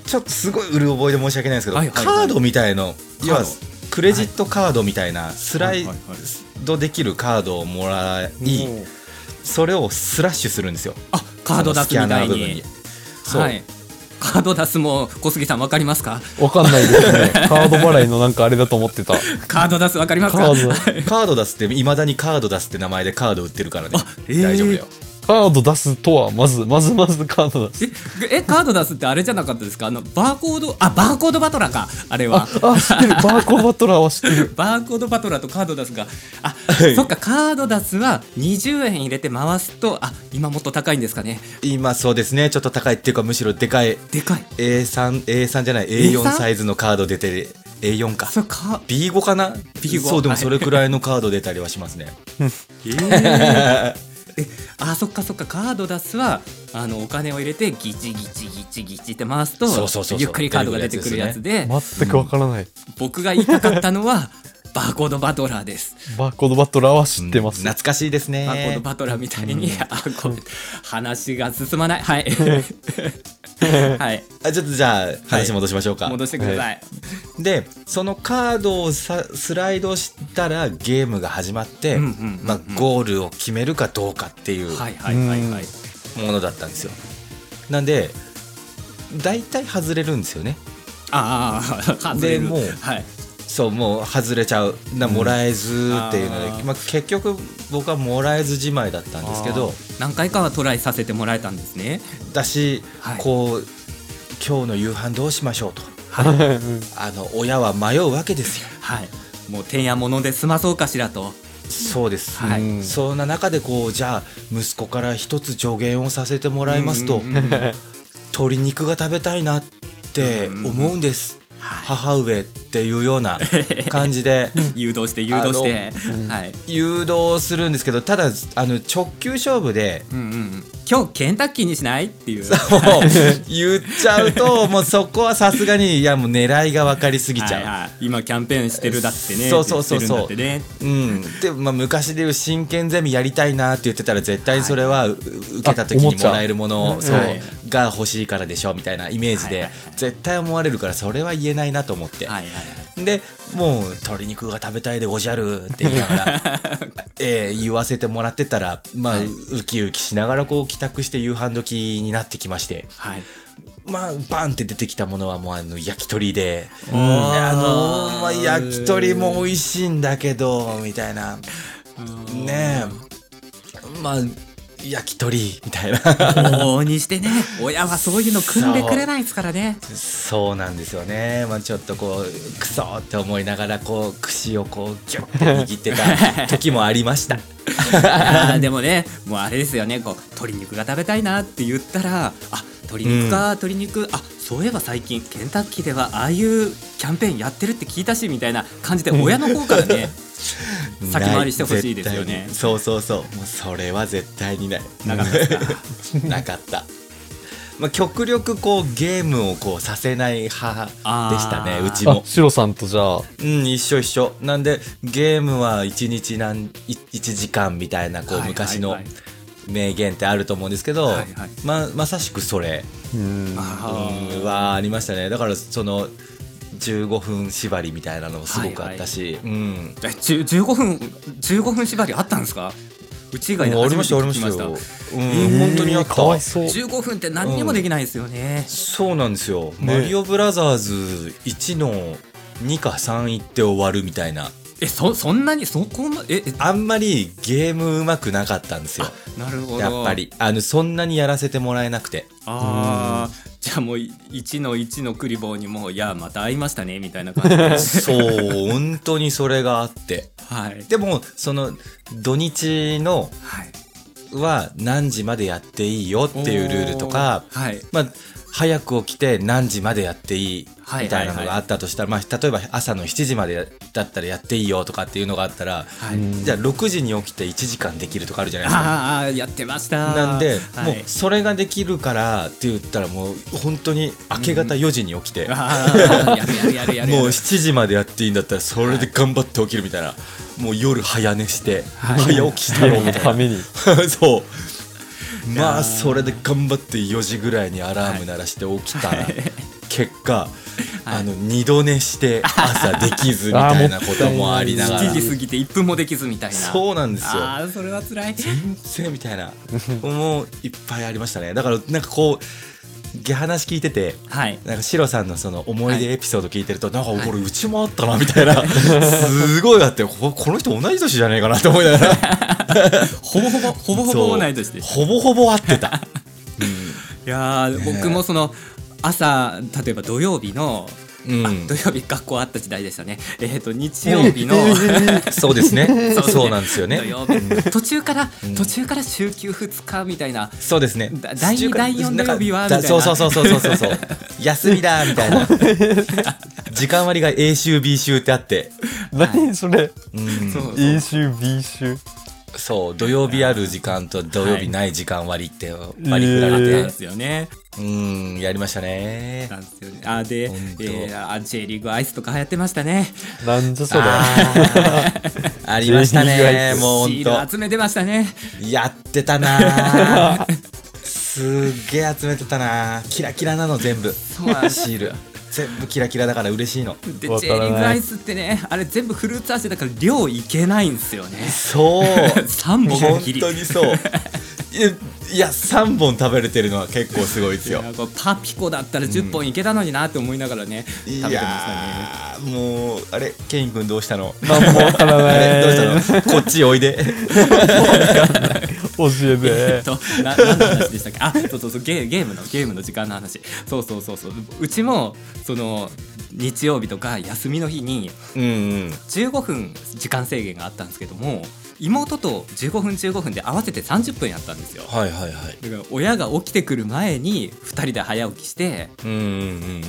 Speaker 3: ちょっとすごいうる覚えで申し訳ないんですけど、はいはいはい、カードみたいの、要はクレジットカードみたいな、はい、スライドできるカードをもらい、はいはいはい、それをスラッシュするんですよ。
Speaker 1: あ、カード出すみたいに。そう、はい、カード出すも小杉さん分かりますか？
Speaker 2: 分かんないですね。カード払いのなんかあれだと思ってた。
Speaker 1: カード出す分かりますか？
Speaker 3: カード、カード出すって、いまだにカード出すって名前でカード売ってるからね、えー、大丈夫だよ。
Speaker 2: カード出すとはまずまずまずカード出す。
Speaker 1: ええカード出すってあれじゃなかったですか？あのバーコードあバーコードバトラーかあれは。
Speaker 2: ああ知ってるバーコードバトラーは知ってる。
Speaker 1: バーコードバトラーとカード出すがあそっかカード出すはにじゅうえん入れて回すとあ今もっと高いんですかね。
Speaker 3: 今そうですねちょっと高いっていうかむしろでかい
Speaker 1: でかい
Speaker 3: エースリー エースリー じゃない エーフォー サイズのカード出てる エーフォー か
Speaker 1: そか
Speaker 3: ビーファイブ かな
Speaker 1: ビーファイブ
Speaker 3: そうでもそれくらいのカード出たりはしますね
Speaker 1: えー、えあそっかそっかカード出すはあのお金を入れてギチギチギチギチって回すと
Speaker 3: そうそうそうそう
Speaker 1: ゆっくりカードが出てくるやつで
Speaker 2: 全くわからない、うん、
Speaker 1: 僕が言いたかったのはバーコードバトラーです。
Speaker 2: バーコードバトラーは知ってます、
Speaker 3: うん、懐かしいですね。
Speaker 1: バーコードバトラーみたいに、うん、あごめん話が進まないはいはい
Speaker 3: あちょっとじゃあ話戻しましょうか、
Speaker 1: はい、戻してください、はい、
Speaker 3: でそのカードをさスライドしたらゲームが始まって、うんうんうんうんまあ、ゴールを決めるかどうかっていうものだったんですよ。なんで大体外れるんですよね。
Speaker 1: ああ外れる
Speaker 3: でもう、はいそうもう外れちゃうなもらえずっていうので、うんまあ、結局僕はもらえずじまいだったんですけど
Speaker 1: 何回かはトライさせてもらえたんですね。
Speaker 3: だし、はい、こう今日の夕飯どうしましょうと、はい、あの親は迷うわけですよ、
Speaker 1: はい、もうてんやもので済まそうかしらと。
Speaker 3: そうです、はい、そんな中でこうじゃあ息子から一つ助言をさせてもらいますと、うんうんうん、鶏肉が食べたいなって思うんです、うんうん母上っていうような感じで
Speaker 1: 誘導して誘導して、
Speaker 3: はい、誘導するんですけどただあの直球勝負で、
Speaker 1: うんうん、今日ケンタッキーにしないっていう
Speaker 3: そう言っちゃうともうそこはさすがにいやもう狙いが分かりすぎちゃう、はいはい、
Speaker 1: 今キャンペーンしてるだってね
Speaker 3: そうそうそうそう、
Speaker 1: ね
Speaker 3: うん、で、まあ、昔でいう真剣ゼミやりたいなって言ってたら絶対それは、はい、受けた時にもらえるものそう、はい、が欲しいからでしょみたいなイメージで、はいはいはい、絶対思われるからそれは言えないなと思って、はいはいはい、でもう鶏肉が食べたいでおじゃるって言いながら、えー、言わせてもらってたら、まあはい、ウキウキしながらこう帰宅して夕飯時になってきまして、はい、まあバンって出てきたものはもうあの焼き鳥で、うん、あの、まあ、焼き鳥も美味しいんだけどみたいなねえまあ焼き鳥みたいな
Speaker 1: 往々にしてね親はそういうの組んでくれないですからね。
Speaker 3: そう、そうなんですよね、まあ、ちょっとこうクソって思いながらこう串をこうギュッて握ってた時もありました
Speaker 1: あでもねもうあれですよねこう鶏肉が食べたいなって言ったらあ鶏肉か、うん、鶏肉あそういえば最近ケンタッキーではああいうキャンペーンやってるって聞いたしみたいな感じで親の方からね先回りしてほしいですよね。
Speaker 3: そうそうそうもうそれは絶対にない
Speaker 1: なかったですか
Speaker 3: なかった、まあ、極力こうゲームをこうさせない派でしたねうちも。
Speaker 2: シロさんとじゃあ
Speaker 3: うん一緒一緒なんでゲームはいちにち何いちじかんみたいなこう昔の名言ってあると思うんですけど、はいはい、ま, まさしくそれうんはありましたね。だからそのじゅうごふん縛りみたいなのもすごくあったし、はいはいうん、
Speaker 1: えじゅうごふんじゅうごふん縛りあったんですか？うち以外で初めて聞きました。
Speaker 3: ありましたありましたよ、うん、本当にあった。
Speaker 2: かわいそう。
Speaker 1: じゅうごふんって何にもできないですよね、
Speaker 3: うん、そうなんですよ、ね、マリオブラザーズいちのにかさんいって終わるみたいな。
Speaker 1: え そ, そんなにそこまえ
Speaker 3: あんまりゲームうまくなかったんですよ。
Speaker 1: なるほど。
Speaker 3: やっぱりあのそんなにやらせてもらえなくて
Speaker 1: ああじゃあもういちのいちのクリボーにもいやまた会いましたねみたいな感じで
Speaker 3: そう本当にそれがあって、はい、でもその土日のは何時までやっていいよっていうルールとか、はいまあ、早く起きて何時までやっていいみたいなのがあったとしたら、はいはいはいまあ、例えば朝のしちじまでだったらやっていいよとかっていうのがあったら、はい、じゃあろくじに起きていちじかんできるとかあるじゃないですか。
Speaker 1: ああやってました。
Speaker 3: なんで、はい、もうそれができるからって言ったらもう本当に明け方よじに起きて、うん、もうしちじまでやっていいんだったらそれで頑張って起きるみたいな、はい、もう夜早寝して、はい、早起きしてよみたいなそうまあそれで頑張ってよじぐらいにアラーム鳴らして起きたら、はい、結果、はい、あの二度寝して朝できずみたいなこともありながら
Speaker 1: しちじ過ぎていっぷんもできずみたいな。
Speaker 3: そうなんですよ。
Speaker 1: あそれは辛い。
Speaker 3: 全然みたいなもういっぱいありましたね。だからなんかこう話聞いてて、はい、なんかシロさんのその思い出エピソード聞いてると、はい、なんかこれうちもあったなみたいな、はい、すごいあって こ, この人同い年じゃないかなと思いながら
Speaker 1: ほぼほぼほぼほぼ同い年で
Speaker 3: ほぼほぼ合ってた、
Speaker 1: うん、いや、ね、僕もその朝例えば土曜日のうん、土曜日学校あった時代でしたね。えー、と日曜日の
Speaker 3: そうですね。そうですね。そうなんですよね。
Speaker 1: 土曜日途中から、うん、途中から週休ふつかみたいな。
Speaker 3: そうですね。
Speaker 1: だいにだいよん土曜日はみたいな。
Speaker 3: そうそうそうそうそうそう。休みだみたいな。時間割が A 週 B 週ってあって。
Speaker 2: 何それ？
Speaker 3: うん、
Speaker 2: そうそう A 週 B 週。
Speaker 3: そう、土曜日ある時間と土曜日ない時間割って割り振られて、
Speaker 1: はい、ですよね。
Speaker 3: うん、やりましたね。
Speaker 1: なんですよね。あで、えー、あ J リーグアイスとか流行ってましたね。
Speaker 2: なんじゃそれ。
Speaker 3: あ, ありましたね。もう本当。シ
Speaker 1: ール集めてましたね。
Speaker 3: やってたな。すっげえ集めてたな。キラキラなの全部。そうなんシール。全部キラキラだから嬉しいの。
Speaker 1: で J リーグアイスってね、あれ全部フルーツ味だから量いけないんですよね。
Speaker 3: そう
Speaker 1: さんぼんきり。
Speaker 3: 本当にそういやさんぼん食べれてるのは結構すごいですよ。
Speaker 1: パピコだったらじゅっぽんいけたのになって思いながらね、うん、食べてました
Speaker 3: ね。もうあれケイン君どうしたの？
Speaker 2: なんもわからない
Speaker 3: どうしたの？こっちおいで
Speaker 2: 教えて。
Speaker 1: えっとな何の話でしたっけ？あ、そうそうそう、ゲー、ゲームのゲームの時間の話。そうそうそうそう。うちもその日曜日とか休みの日にじゅうごふん時間制限があったんですけども、妹とじゅうごふんじゅうごふんで合わせてさんじゅっぷんやったんですよ。
Speaker 3: はいはいはい。
Speaker 1: だから親が起きてくる前にふたりで早起きして、うんうんうん、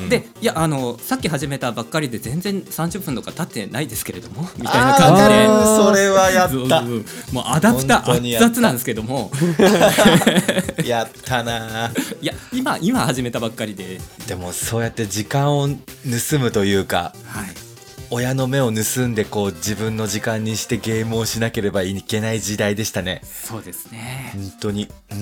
Speaker 1: でいやあのさっき始めたばっかりで全然さんじゅっぷんとか経ってないですけれどもみたいな感じで、
Speaker 3: それはやった。そうそう
Speaker 1: もうアダプター熱々なんですけども
Speaker 3: やったな。
Speaker 1: いや今今始めたばっかりで。
Speaker 3: でもそうやって時間を盗むというか、はい、親の目を盗んでこう自分の時間にしてゲームをしなければいけない時代でしたね。
Speaker 1: そうですね。
Speaker 3: 本当に。うん。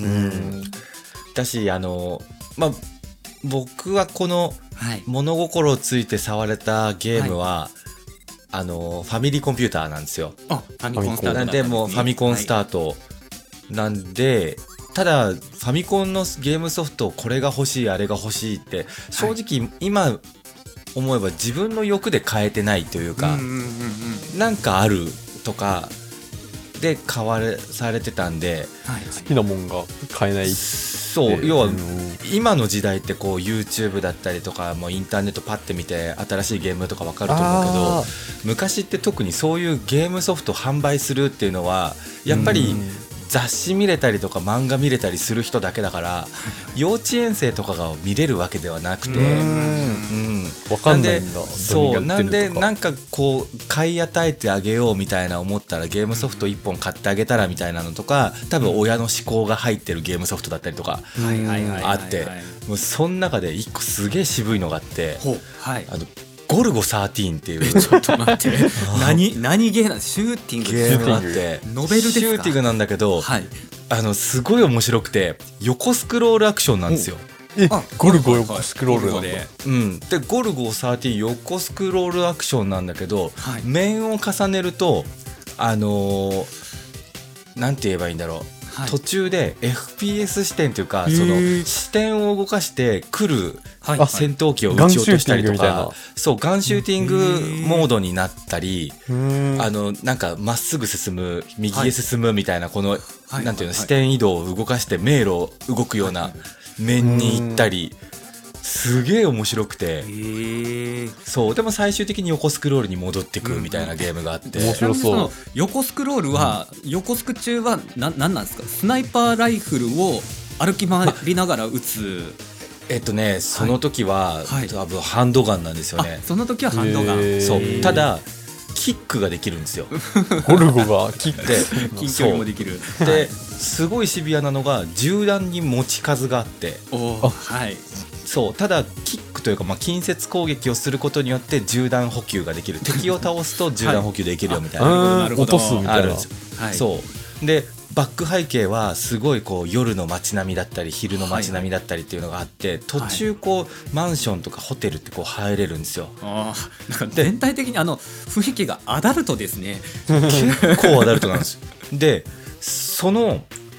Speaker 3: だしあのまあ僕はこの物心ついて触れたゲームは、はい、あのファミリーコンピューターなんですよ。
Speaker 1: あ、ファミコンスタート
Speaker 3: なんでもうファミコンスタートなんで、はい、ただファミコンのゲームソフトこれが欲しいあれが欲しいって正直今思えば自分の欲で変えてないというか、うんうんうんうん、なんかあるとかで買われされてたんで、
Speaker 2: はい、好きなもんが買えない。
Speaker 3: そう要は今の時代ってこう YouTube だったりとかもうインターネットパッて見て新しいゲームとか分かると思うけど、昔って特にそういうゲームソフト販売するっていうのはやっぱり雑誌見れたりとか漫画見れたりする人だけだから幼稚園生とかが見れるわけではなくて、うん、
Speaker 2: 分かんないんだ。
Speaker 3: そうなんでなんかこう買い与えてあげようみたいな思ったらゲームソフトいっぽん買ってあげたらみたいなのとか多分親の思考が入ってるゲームソフトだったりとかあってもうその中でいっこすげえ渋いのがあって、はい、あのゴルゴじゅうさんっていう
Speaker 1: ちょっと待って何何ゲーなんシューティング
Speaker 3: ゲームがあって
Speaker 1: ノベルですか？
Speaker 3: シューティングなんだけど、はい、あのすごい面白くて横スクロールアクションなんですよ。
Speaker 2: えゴルゴ横スクロールなんだ。
Speaker 3: うん、でゴルゴじゅうさん横スクロールアクションなんだけど、はい、面を重ねるとあのー、なんて言えばいいんだろう、はい、途中で エフピーエス 視点というかその視点を動かして来る戦闘機を撃ち落としたりとか、そうガンシューティングモードになったり、あのなんかまっすぐ進む右へ進むみたいなこの、はい、なんていうの、視点移動を動かして迷路を動くような面に行ったり、すげえ面白くて、そうでも最終的に横スクロールに戻ってくみたいなゲームがあって、
Speaker 2: 面白そう。
Speaker 1: 横スクロールは、うん、横スク中はな何なんですか？スナイパーライフルを歩き回りながら撃つ。
Speaker 3: えっとねその時は、はい、多分ハンドガンなんですよね。
Speaker 1: その時はハンドガン。
Speaker 3: そうただキックができるんですよ。
Speaker 2: ゴルゴがキックで
Speaker 1: 近距離もできる。
Speaker 3: ですごいシビアなのが銃弾に持ち数があって、
Speaker 1: おはい、
Speaker 3: そうただキックというか、まあ、近接攻撃をすることによって銃弾補給ができる。敵を倒すと銃弾補給できるよみたいな、
Speaker 2: はい、落とすみたいな
Speaker 3: あるんですよ、はい、そうでバック背景はすごいこう夜の街並みだったり昼の街並みだったりっていうのがあって、はい、途中こう、はい、マンションとかホテルってこう入れるんですよ。
Speaker 1: あなんか全体的にあの雰囲気がアダルトですね。
Speaker 3: 結構アダルトなんですよ。でその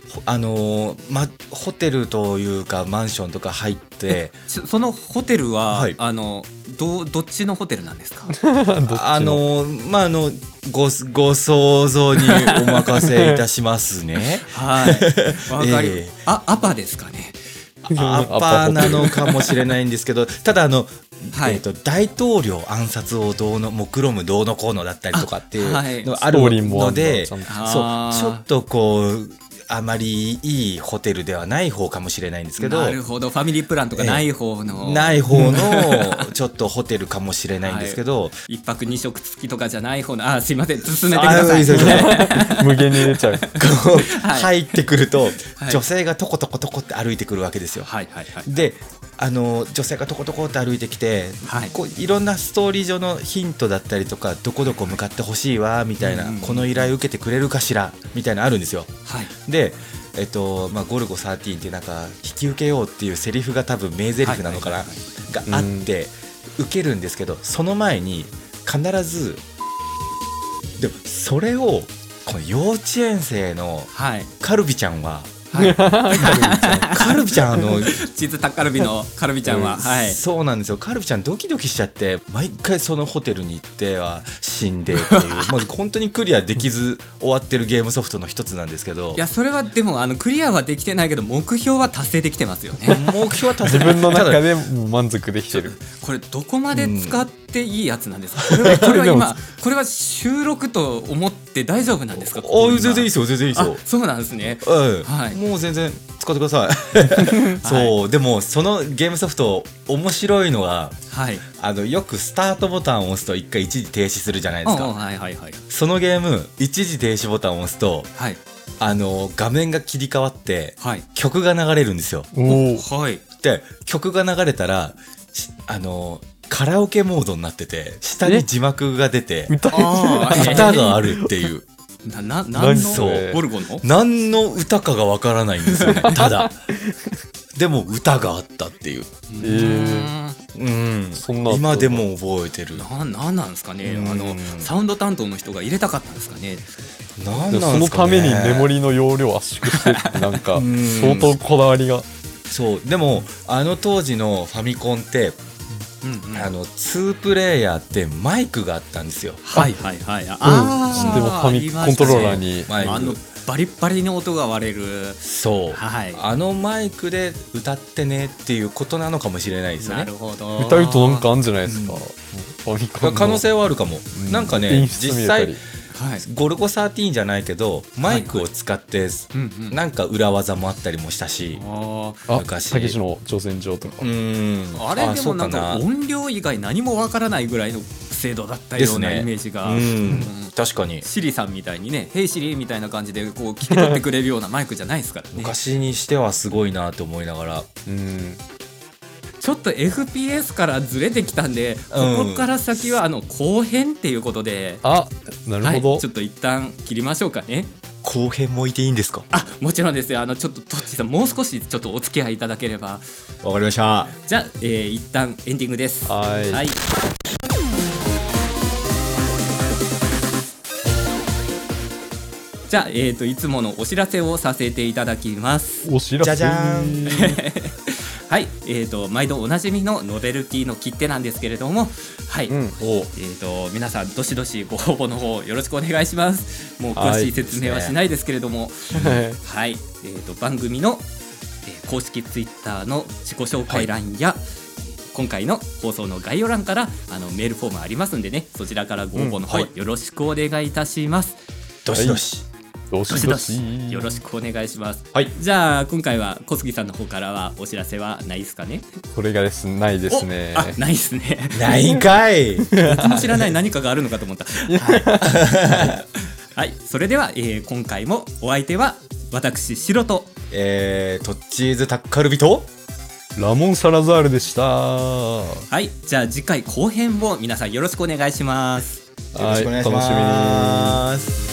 Speaker 3: あのーま、ホテルというかマンションとか入って
Speaker 1: そのホテルは、はい、あの ど, どっちのホテルなんですか
Speaker 3: あのー、まああのごご想像にお任せいたしますね
Speaker 1: はいわかり、えー、あアパですかね
Speaker 3: アパなのかもしれないんですけどただあのはいえー、と大統領暗殺をどうの目論むどうのこうのだったりとかっていうのがあるので、そうちょっとこうあまりいいホテルではない方かもしれないんですけど、
Speaker 1: なるほど、ファミリープランとかない方の、
Speaker 3: えー、ない方のちょっとホテルかもしれないんですけど、はい、
Speaker 1: 一泊二食付きとかじゃない方の、あすいません進めてください。いいです
Speaker 2: 無限に入れちゃう
Speaker 3: はい、入ってくると、はい、女性がトコトコトコって歩いてくるわけですよ、はいはいはい、であの女性がトコトコって歩いてきて、はい、こういろんなストーリー上のヒントだったりとかどこどこ向かってほしいわみたいな、うんうん、この依頼受けてくれるかしらみたいなのあるんですよ、はい、でえっとまあ、ゴルゴじゅうさんってなんか引き受けようっていうセリフが多分名台詞なのかな、はいはいはい、があって受けるんですけど、その前に必ずでもそれをこの幼稚園生のカルビちゃんは、はい、カルビちゃんあの
Speaker 1: チーズタッカルビのカルビちゃんは、うんはい、
Speaker 3: そうなんですよ。カルビちゃんドキドキしちゃって毎回そのホテルに行っては死んでっていうもう本当にクリアできず終わってるゲームソフトの一つなんですけど、
Speaker 1: いやそれはでもあのクリアはできてないけど目標は達成できてますよね
Speaker 3: 目標は達成
Speaker 2: 自分の中でも満足できてる。
Speaker 1: これどこまで使っていいやつなんですか、うん、これは、これは今これは収録と思って大丈夫なんですか。
Speaker 3: あ全然いいですよ全然いいですよ。
Speaker 1: そうなんですね、
Speaker 3: うんはい、もう全然使ってくださいそう、はい、でもそのゲームソフト面白いのが、はい、あのよくスタートボタンを押すと一回一時停止するじゃないですか、はいはいはい、そのゲーム一時停止ボタンを押すと、はい、あの画面が切り替わって、はい、曲が流れるんですよ。お、はい、で曲が流れたらあのカラオケモードになってて下に字幕が出て歌があるっていう
Speaker 1: なな何のゴルゴの
Speaker 3: 何の歌かがわからないんですよねただでも歌があったっていう、えーうん、そんな今でも覚えてる。
Speaker 1: ななんなんですかね、あのサウンド担当の人が入れたかったんですかね。
Speaker 3: なんなんですかね、
Speaker 2: そのためにメモリの容量を圧縮してってなんか相当こだわりが
Speaker 3: そうでもあの当時のファミコンってうんうん、あのにプレイヤーってマイクがあったんですよ。
Speaker 1: はいはいはい。ああ、
Speaker 2: うん、でもファミコントローラーに
Speaker 1: マイク、あのバリッバリの音が割れる。
Speaker 3: そう、はい、あのマイクで歌ってねっていうことなのかもしれないですよね。
Speaker 1: なるほど。
Speaker 2: 歌うとなんかあるんじゃないですか、うん、ファミコンの
Speaker 3: 可能性はあるかも、うん、なんかね実際はい、ゴルゴじゅうさんじゃないけどマイクを使ってなんか裏技もあったりもしたし、
Speaker 2: あ昔たけしの挑戦状とか、
Speaker 1: うんあれでもなんか音量以外何もわからないぐらいの精度だったようなイメージが、ねうん、
Speaker 3: 確かに
Speaker 1: シリさんみたいにねヘイシリみたいな感じでこう聞き取ってくれるようなマイクじゃないですからね
Speaker 3: 昔にしてはすごいなと思いながら、うん
Speaker 1: ちょっと エフピーエス からずれてきたんで、ここから先はあの後編っていうことで、
Speaker 2: うん、あなるほど、
Speaker 1: はい、ちょっと一旦切りましょうかね。
Speaker 3: 後編もいていいんですか。
Speaker 1: あもちろんですよ。あのちょっとトッチさんもう少しちょっとお付き合いいただければ。
Speaker 3: わかりました。
Speaker 1: じゃあ、えー、一旦エンディングです。
Speaker 2: はい、はい、
Speaker 1: じゃあ、えーと、いつものお知らせをさせていただきます。
Speaker 2: お知らせ
Speaker 3: じゃじゃーん
Speaker 1: はい、えーと、毎度おなじみのノベルティの切手なんですけれども、はい、うん、えーと、皆さんどしどしご応募の方よろしくお願いします。もう詳しい説明はしないですけれども、はい、えーと、番組の、えー、公式ツイッターの自己紹介欄や、はい、今回の放送の概要欄からあのメールフォームありますんでね、そちらからご応募の方、うんはい、よろしくお願いいたします。
Speaker 3: どしどし、
Speaker 2: はいどしどし
Speaker 1: よろしくお願いします、
Speaker 3: はい、
Speaker 1: じゃあ今回は小杉さんの方からはお知らせはないですかね。
Speaker 2: それがですないですね。
Speaker 1: あないですね
Speaker 3: ないんかい
Speaker 1: 僕も知らない何かがあるのかと思ったはい、はい、それでは、えー、今回もお相手は私シロと、
Speaker 3: えー、トッチーズタッカルビと
Speaker 2: ラモンサラザールでした。
Speaker 1: はい、じゃあ次回後編も皆さんよろしくお願いします。
Speaker 3: よろしくお願いします。